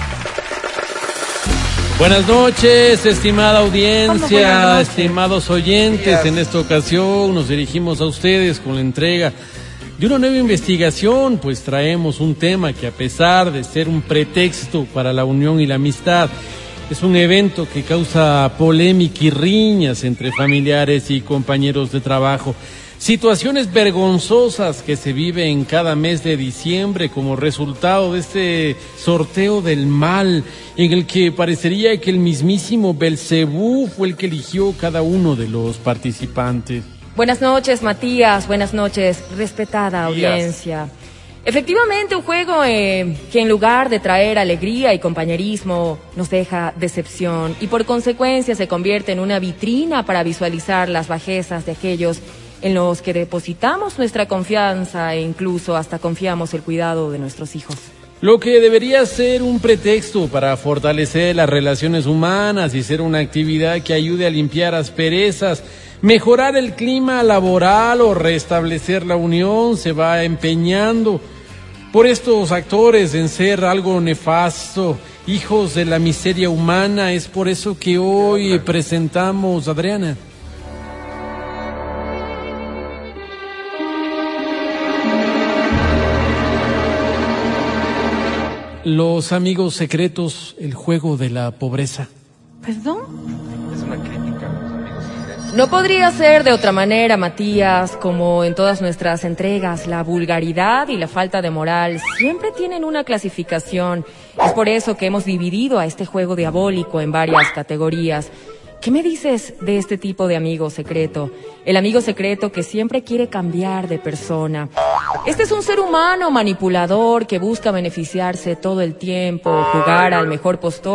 Buenas noches, estimada ¿Cómo buenas audiencia, noches? estimados oyentes. En esta ocasión nos dirigimos a ustedes con la entrega de una nueva investigación, pues traemos un tema que, a pesar de ser un pretexto para la unión y la amistad, es un evento que causa polémica y riñas entre familiares y compañeros de trabajo. Situaciones vergonzosas que se viven cada mes de diciembre como resultado de este sorteo del mal, en el que parecería que el mismísimo Belcebú fue el que eligió cada uno de los participantes. Buenas noches, Matías. Buenas noches, respetada Días. audiencia. Efectivamente, un juego eh, que en lugar de traer alegría y compañerismo nos deja decepción y por consecuencia se convierte en una vitrina para visualizar las bajezas de aquellos en los que depositamos nuestra confianza e incluso hasta confiamos el cuidado de nuestros hijos. Lo que debería ser un pretexto para fortalecer las relaciones humanas y ser una actividad que ayude a limpiar asperezas, mejorar el clima laboral o restablecer la unión, se va empeñando por estos actores en ser algo nefasto, hijos de la miseria humana. Es por eso que hoy presentamos, Adriana, Los amigos secretos, el juego de la pobreza. ¿Perdón? Es una crítica a los amigos secretos. No podría ser de otra manera, Matías, como en todas nuestras entregas, la vulgaridad y la falta de moral siempre tienen una clasificación. Es por eso que hemos dividido a este juego diabólico en varias categorías. ¿Qué me dices de este tipo de amigo secreto? El amigo secreto que siempre quiere cambiar de persona. Este es un ser humano manipulador que busca beneficiarse todo el tiempo, jugar al mejor postor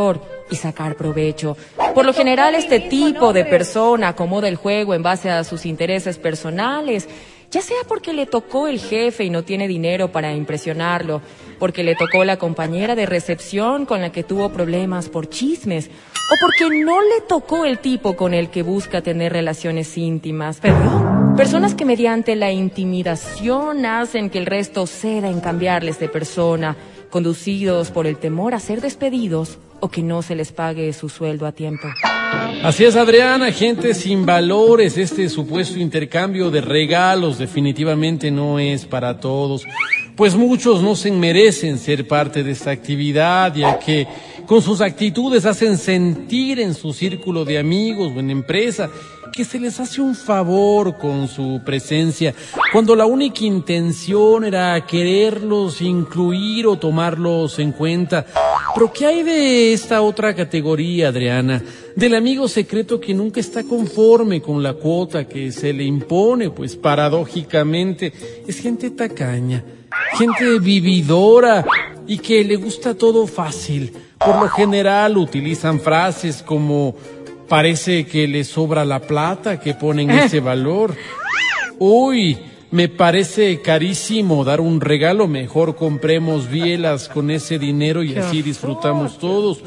y sacar provecho. Por lo general, este tipo de persona acomoda el juego en base a sus intereses personales, ya sea porque le tocó el jefe y no tiene dinero para impresionarlo, porque le tocó la compañera de recepción con la que tuvo problemas por chismes, o porque no le tocó el tipo con el que busca tener relaciones íntimas. ¿Perdón? Personas que mediante la intimidación hacen que el resto ceda en cambiarles de persona, conducidos por el temor a ser despedidos o que no se les pague su sueldo a tiempo. Así es, Adriana, gente sin valores. Este supuesto intercambio de regalos definitivamente no es para todos, pues muchos no se merecen ser parte de esta actividad, ya que con sus actitudes hacen sentir en su círculo de amigos o en empresa que se les hace un favor con su presencia, cuando la única intención era quererlos incluir o tomarlos en cuenta. Pero ¿qué hay de esta otra categoría, Adriana? Del amigo secreto que nunca está conforme con la cuota que se le impone, pues paradójicamente es gente tacaña, gente vividora y que le gusta todo fácil. Por lo general utilizan frases como: parece que le sobra la plata que ponen ese valor. Uy, me parece carísimo dar un regalo, mejor compremos bielas con ese dinero y así disfrutamos todos.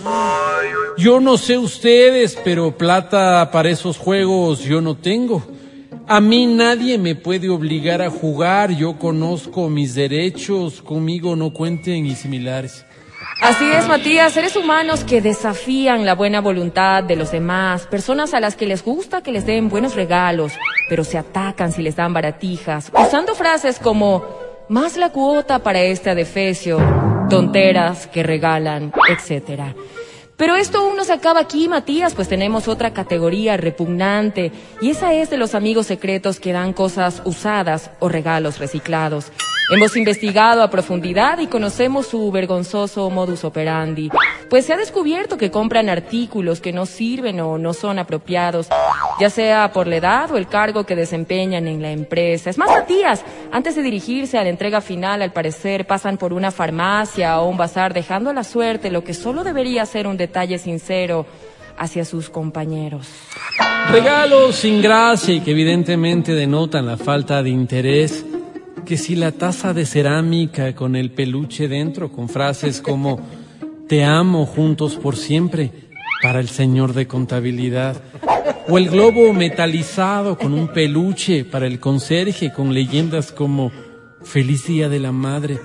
Yo no sé ustedes, pero plata para esos juegos yo no tengo. A mí nadie me puede obligar a jugar, yo conozco mis derechos, conmigo no cuenten y similares. Así es, Matías, seres humanos que desafían la buena voluntad de los demás, personas a las que les gusta que les den buenos regalos, pero se atacan si les dan baratijas, usando frases como más la cuota para este adefesio, tonteras que regalan, etcétera. Pero esto aún no se acaba aquí, Matías, pues tenemos otra categoría repugnante, y esa es de los amigos secretos que dan cosas usadas o regalos reciclados. Hemos investigado a profundidad y conocemos su vergonzoso modus operandi, pues se ha descubierto que compran artículos que no sirven o no son apropiados, ya sea por la edad o el cargo que desempeñan en la empresa. Es más, Matías, antes de dirigirse a la entrega final, al parecer pasan por una farmacia o un bazar dejando a la suerte lo que solo debería ser un detalle sincero hacia sus compañeros. Regalos sin gracia y que evidentemente denotan la falta de interés. Que si la taza de cerámica con el peluche dentro, con frases como te amo juntos por siempre, para el señor de contabilidad, o el globo metalizado con un peluche para el conserje, con leyendas como feliz día de la madre,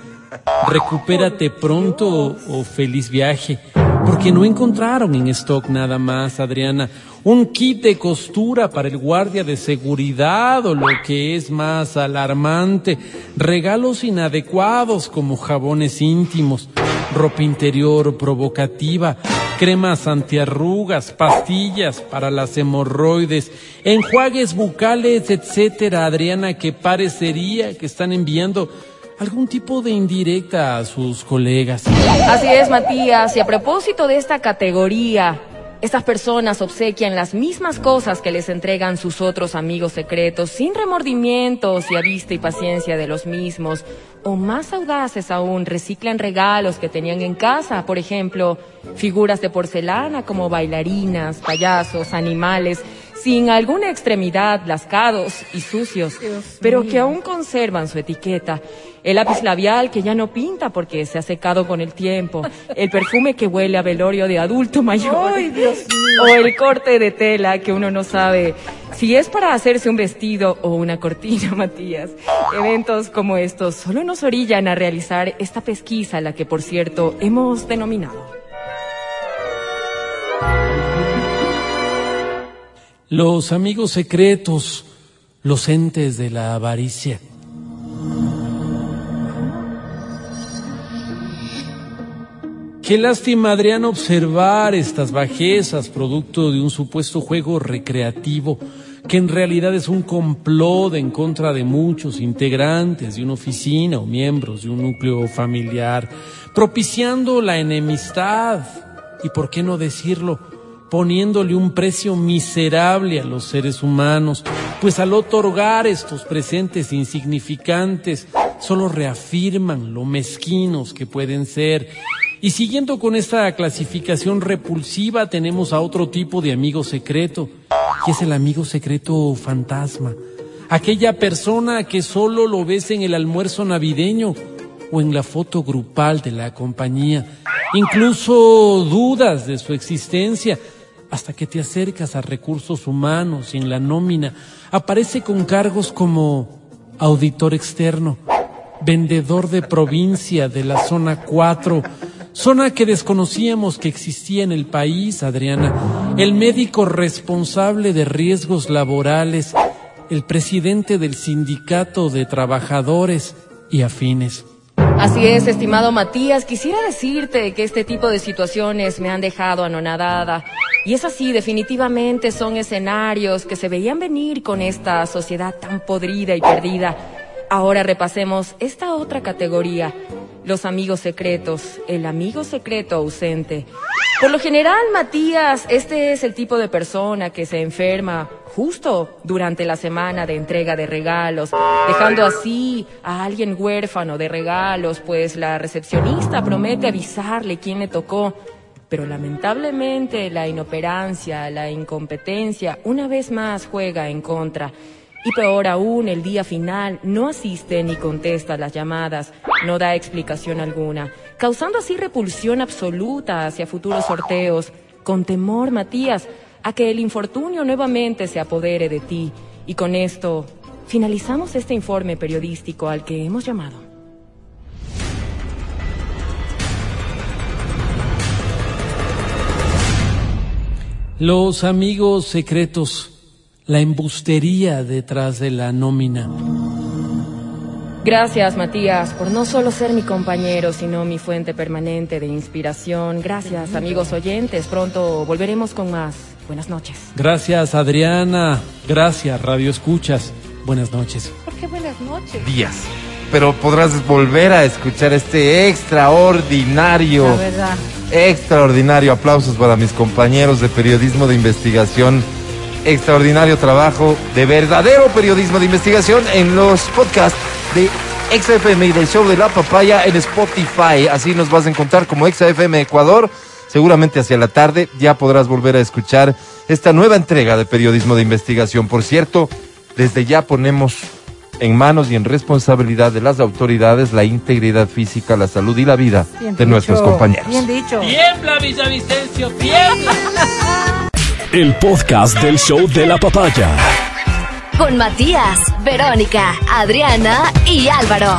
recupérate pronto o, o feliz viaje, porque no encontraron en stock nada más, Adriana, un kit de costura para el guardia de seguridad o lo que es más alarmante, regalos inadecuados como jabones íntimos, ropa interior provocativa, cremas antiarrugas, pastillas para las hemorroides, enjuagues bucales, etcétera, Adriana, que parecería que están enviando algún tipo de indirecta a sus colegas. Así es, Matías, y a propósito de esta categoría, estas personas obsequian las mismas cosas que les entregan sus otros amigos secretos, sin remordimientos y a vista y paciencia de los mismos. O más audaces aún, reciclan regalos que tenían en casa, por ejemplo, figuras de porcelana como bailarinas, payasos, animales, sin alguna extremidad, lascados y sucios, pero que aún conservan su etiqueta. El lápiz labial que ya no pinta porque se ha secado con el tiempo, el perfume que huele a velorio de adulto mayor, ¡ay, Dios mío! O el corte de tela que uno no sabe si es para hacerse un vestido o una cortina, Matías. Eventos como estos solo nos orillan a realizar esta pesquisa, la que por cierto hemos denominado los amigos secretos, los entes de la avaricia. Qué lástima, Adrián, observar estas bajezas producto de un supuesto juego recreativo que en realidad es un complot en contra de muchos integrantes de una oficina o miembros de un núcleo familiar, propiciando la enemistad y, por qué no decirlo, poniéndole un precio miserable a los seres humanos, pues al otorgar estos presentes insignificantes, solo reafirman lo mezquinos que pueden ser Y siguiendo con esta clasificación repulsiva, tenemos a otro tipo de amigo secreto, y es el amigo secreto fantasma. Aquella persona que solo lo ves en el almuerzo navideño o en la foto grupal de la compañía. Incluso dudas de su existencia hasta que te acercas a recursos humanos y en la nómina aparece con cargos como auditor externo, vendedor de provincia de la zona cuatro, zona que desconocíamos que existía en el país, Adriana, el médico responsable de riesgos laborales, el presidente del sindicato de trabajadores y afines. Así es, estimado Matías, quisiera decirte que este tipo de situaciones me han dejado anonadada. Y es así, definitivamente son escenarios que se veían venir con esta sociedad tan podrida y perdida. Ahora repasemos esta otra categoría, los amigos secretos, el amigo secreto ausente. Por lo general, Matías, este es el tipo de persona que se enferma justo durante la semana de entrega de regalos, dejando así a alguien huérfano de regalos, pues la recepcionista promete avisarle quién le tocó. Pero lamentablemente la inoperancia, la incompetencia, una vez más juega en contra. Y peor aún, el día final no asiste ni contesta las llamadas, no da explicación alguna, causando así repulsión absoluta hacia futuros sorteos, con temor, Matías, a que el infortunio nuevamente se apodere de ti. Y con esto finalizamos este informe periodístico al que hemos llamado. Los amigos secretos, la embustería detrás de la nómina. Gracias, Matías, por no solo ser mi compañero, sino mi fuente permanente de inspiración. Gracias, amigos oyentes. Pronto volveremos con más. Buenas noches. Gracias, Adriana. Gracias, Radio Escuchas. Buenas noches. ¿Por qué buenas noches? Días. Pero podrás volver a escuchar este extraordinario, La verdad. extraordinario. Aplausos para mis compañeros de periodismo de investigación. Extraordinario trabajo de verdadero periodismo de investigación en los podcasts de Exa F M y del Show de la Papaya en Spotify. Así nos vas a encontrar como Exa F M Ecuador. Seguramente hacia la tarde ya podrás volver a escuchar esta nueva entrega de periodismo de investigación. Por cierto, desde ya ponemos en manos y en responsabilidad de las autoridades la integridad física, la salud y la vida Bien de dicho, nuestros compañeros. Bien dicho. ¡Tiembla, Villavicencio! ¡Tiembla! El podcast del Show de la Papaya. Con Matías, Verónica, Adriana y Álvaro.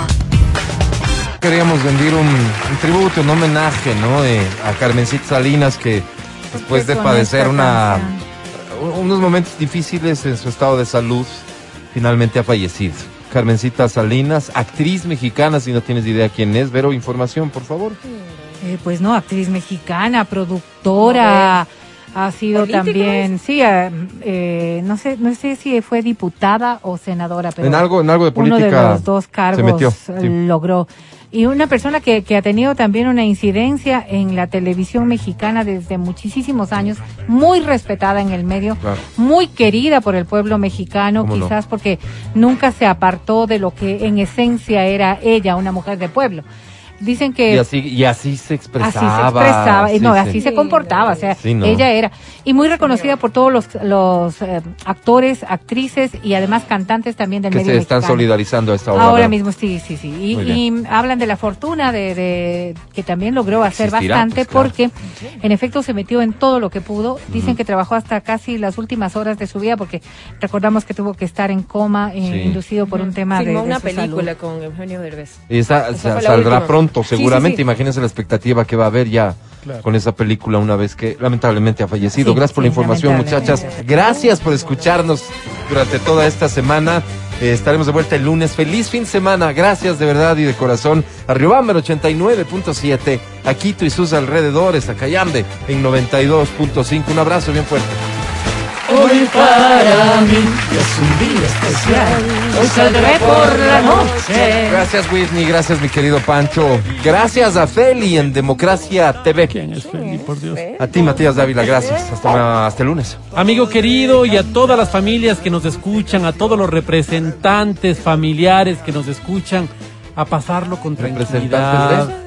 Queríamos rendir un, un tributo, un homenaje, ¿no? Eh, a Carmencita Salinas, que después de con padecer esta una canción? unos momentos difíciles en su estado de salud, finalmente ha fallecido. Carmencita Salinas, actriz mexicana, si no tienes idea quién es. Vero, información, por favor. Eh, pues no, actriz mexicana, productora, ha sido ¿Política también, sí, eh, eh, no sé, no sé si fue diputada o senadora, pero En algo, en algo de uno política de los dos cargos se metió, eh, sí. logró. Y una persona que, que ha tenido también una incidencia en la televisión mexicana desde muchísimos años, muy respetada en el medio, Claro. muy querida por el pueblo mexicano, ¿Cómo no? quizás porque nunca se apartó de lo que en esencia era ella, una mujer de pueblo. Dicen que Y así, y así se expresaba. así se expresaba, y Sí, no, sí. así se comportaba, o sea, Sí, no. ella era, y muy reconocida por todos los, los eh, actores, actrices y además cantantes también del Que medio se están mexicano. solidarizando a esta hora. Ahora Vero. mismo sí, sí, sí. Y, Muy y hablan de la fortuna de, de que también logró hacer Existirá, bastante pues, claro. porque en efecto se metió en todo lo que pudo. Dicen que trabajó hasta casi las últimas horas de su vida porque recordamos que tuvo que estar en coma, eh, Sí. inducido por un tema de, Filmó de una su película salud. con Eugenio Derbez. Y esa, Esa sa- fue la saldrá última. pronto, Sí, sí, seguramente. sí. Imagínense la expectativa que va a haber ya Claro. con esa película una vez que lamentablemente ha fallecido. Sí, Gracias por sí, la información, lamentablemente. muchachas. Gracias por escucharnos durante toda esta semana. Eh, estaremos de vuelta el lunes. Feliz fin de semana. Gracias de verdad y de corazón. A Riobamber ochenta y nueve punto siete, a Quito y sus alrededores, a Cayambe en noventa y dos punto cinco. Un abrazo bien fuerte. Hoy para mí es un día especial. Hoy saldré por la noche. Gracias, Whitney. Gracias, mi querido Pancho. Gracias a Feli en Democracia T V. ¿Quién es Feli, por Dios? A ti, Matías Dávila. Gracias. Hasta, hasta el lunes. Amigo querido, y a todas las familias que nos escuchan, a todos los representantes familiares que nos escuchan, a pasarlo con ¿Representantes tranquilidad.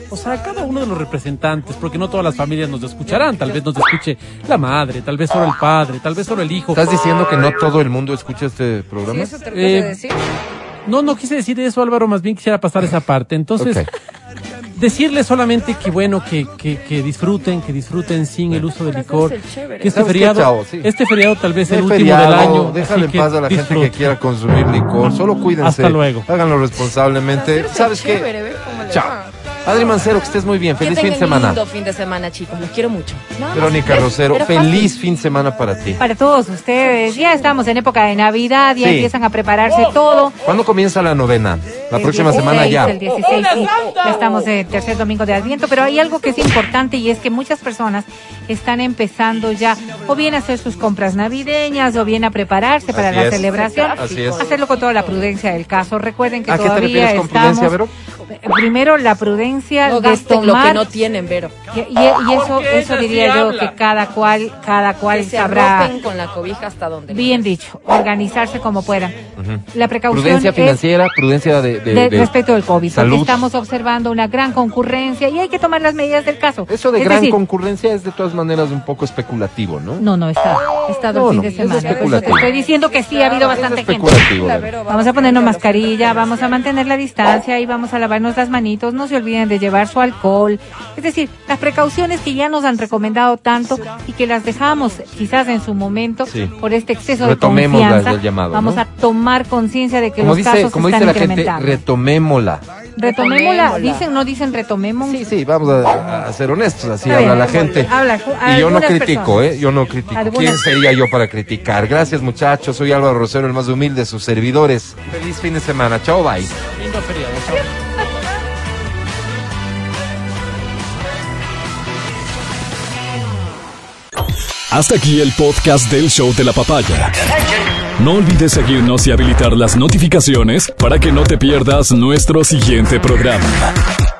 o sea, cada uno de los representantes, porque no todas las familias nos escucharán, tal vez nos escuche la madre, tal vez solo el padre, tal vez solo el hijo. ¿Estás diciendo que no todo el mundo escucha este programa? ¿Sí, eso te lo quise Eh, decir? No, no quise decir eso, Álvaro, más bien quisiera pasar esa parte. Entonces, Ok. decirle solamente que bueno, que, que, que disfruten, que disfruten sin el uso de licor, el chévere. que este ¿Sabes qué, feriado, chavo? Sí. este feriado tal vez el El último feriado, del año. déjale así en paz a la gente disfruten. que quiera consumir licor. Solo cuídense. Hasta luego. Háganlo responsablemente. ¿Sabes qué? Chévere, ve cómo le Chao. va. Adri Mancero, que estés muy bien. Que Feliz fin de tengan semana. lindo fin de semana, chicos. Los quiero mucho. Nada más. Verónica ¿Ves? Rosero, Era feliz fácil. fin de semana para ti. Para todos ustedes, ya estamos en época de Navidad, ya Sí. empiezan a prepararse todo. ¿Cuándo comienza la novena? La El próxima dieciséis, semana ya. El dieciséis, sí, ya estamos en el tercer domingo de Adviento, pero hay algo que es importante y es que muchas personas están empezando ya o bien a hacer sus compras navideñas o bien a prepararse para Así la es. celebración. Así es. Hacerlo con toda la prudencia del caso. Recuerden que ¿A qué te todavía refieres con estamos... prudencia, Vero? Primero, la prudencia No de gasten lo que tomar... no tienen, Vero. Y, y- y eso, Porque eso ella sí diría yo habla. que cada cual, cada cual Que se sabrá, arropen con la cobija hasta donde. bien dicho, organizarse como puedan. La precaución Prudencia es financiera, prudencia de, de- de- de- respecto del COVID, salud. porque estamos observando una gran concurrencia y hay que tomar las medidas del caso. Eso de Es gran decir, concurrencia es de todas maneras un poco especulativo, ¿no? no, no, está, he estado No, el fin no, de es semana. Por eso te especulativo. estoy diciendo que sí ha habido Es bastante gente. especulativo. Vero. Vamos a ponernos mascarilla, vamos a mantener la distancia y vamos a lavarnos las manitos. No se olviden de llevar su alcohol. Es decir, las precauciones que ya nos han recomendado tanto y que las dejamos quizás en su momento Sí. por este exceso Retomemos de las confianza. del llamado, vamos ¿no? a tomar conciencia de que Como los dice, casos como se dice están la gente, incrementando. retomémosla. Retomémosla. Retomémosla. Dicen, no dicen retomemos. Sí, sí, vamos a, a ser honestos, así Está habla bien. la gente. Habla, Y yo no algunas critico, personas. ¿eh? Yo no critico. Algunas. ¿Quién sería yo para criticar? Gracias, muchachos. Soy Álvaro Rosero, el más humilde de sus servidores. Feliz fin de semana. Chao, bye. Lindo feriado, chao. Hasta aquí el podcast del Show de la Papaya. No olvides seguirnos y habilitar las notificaciones para que no te pierdas nuestro siguiente programa.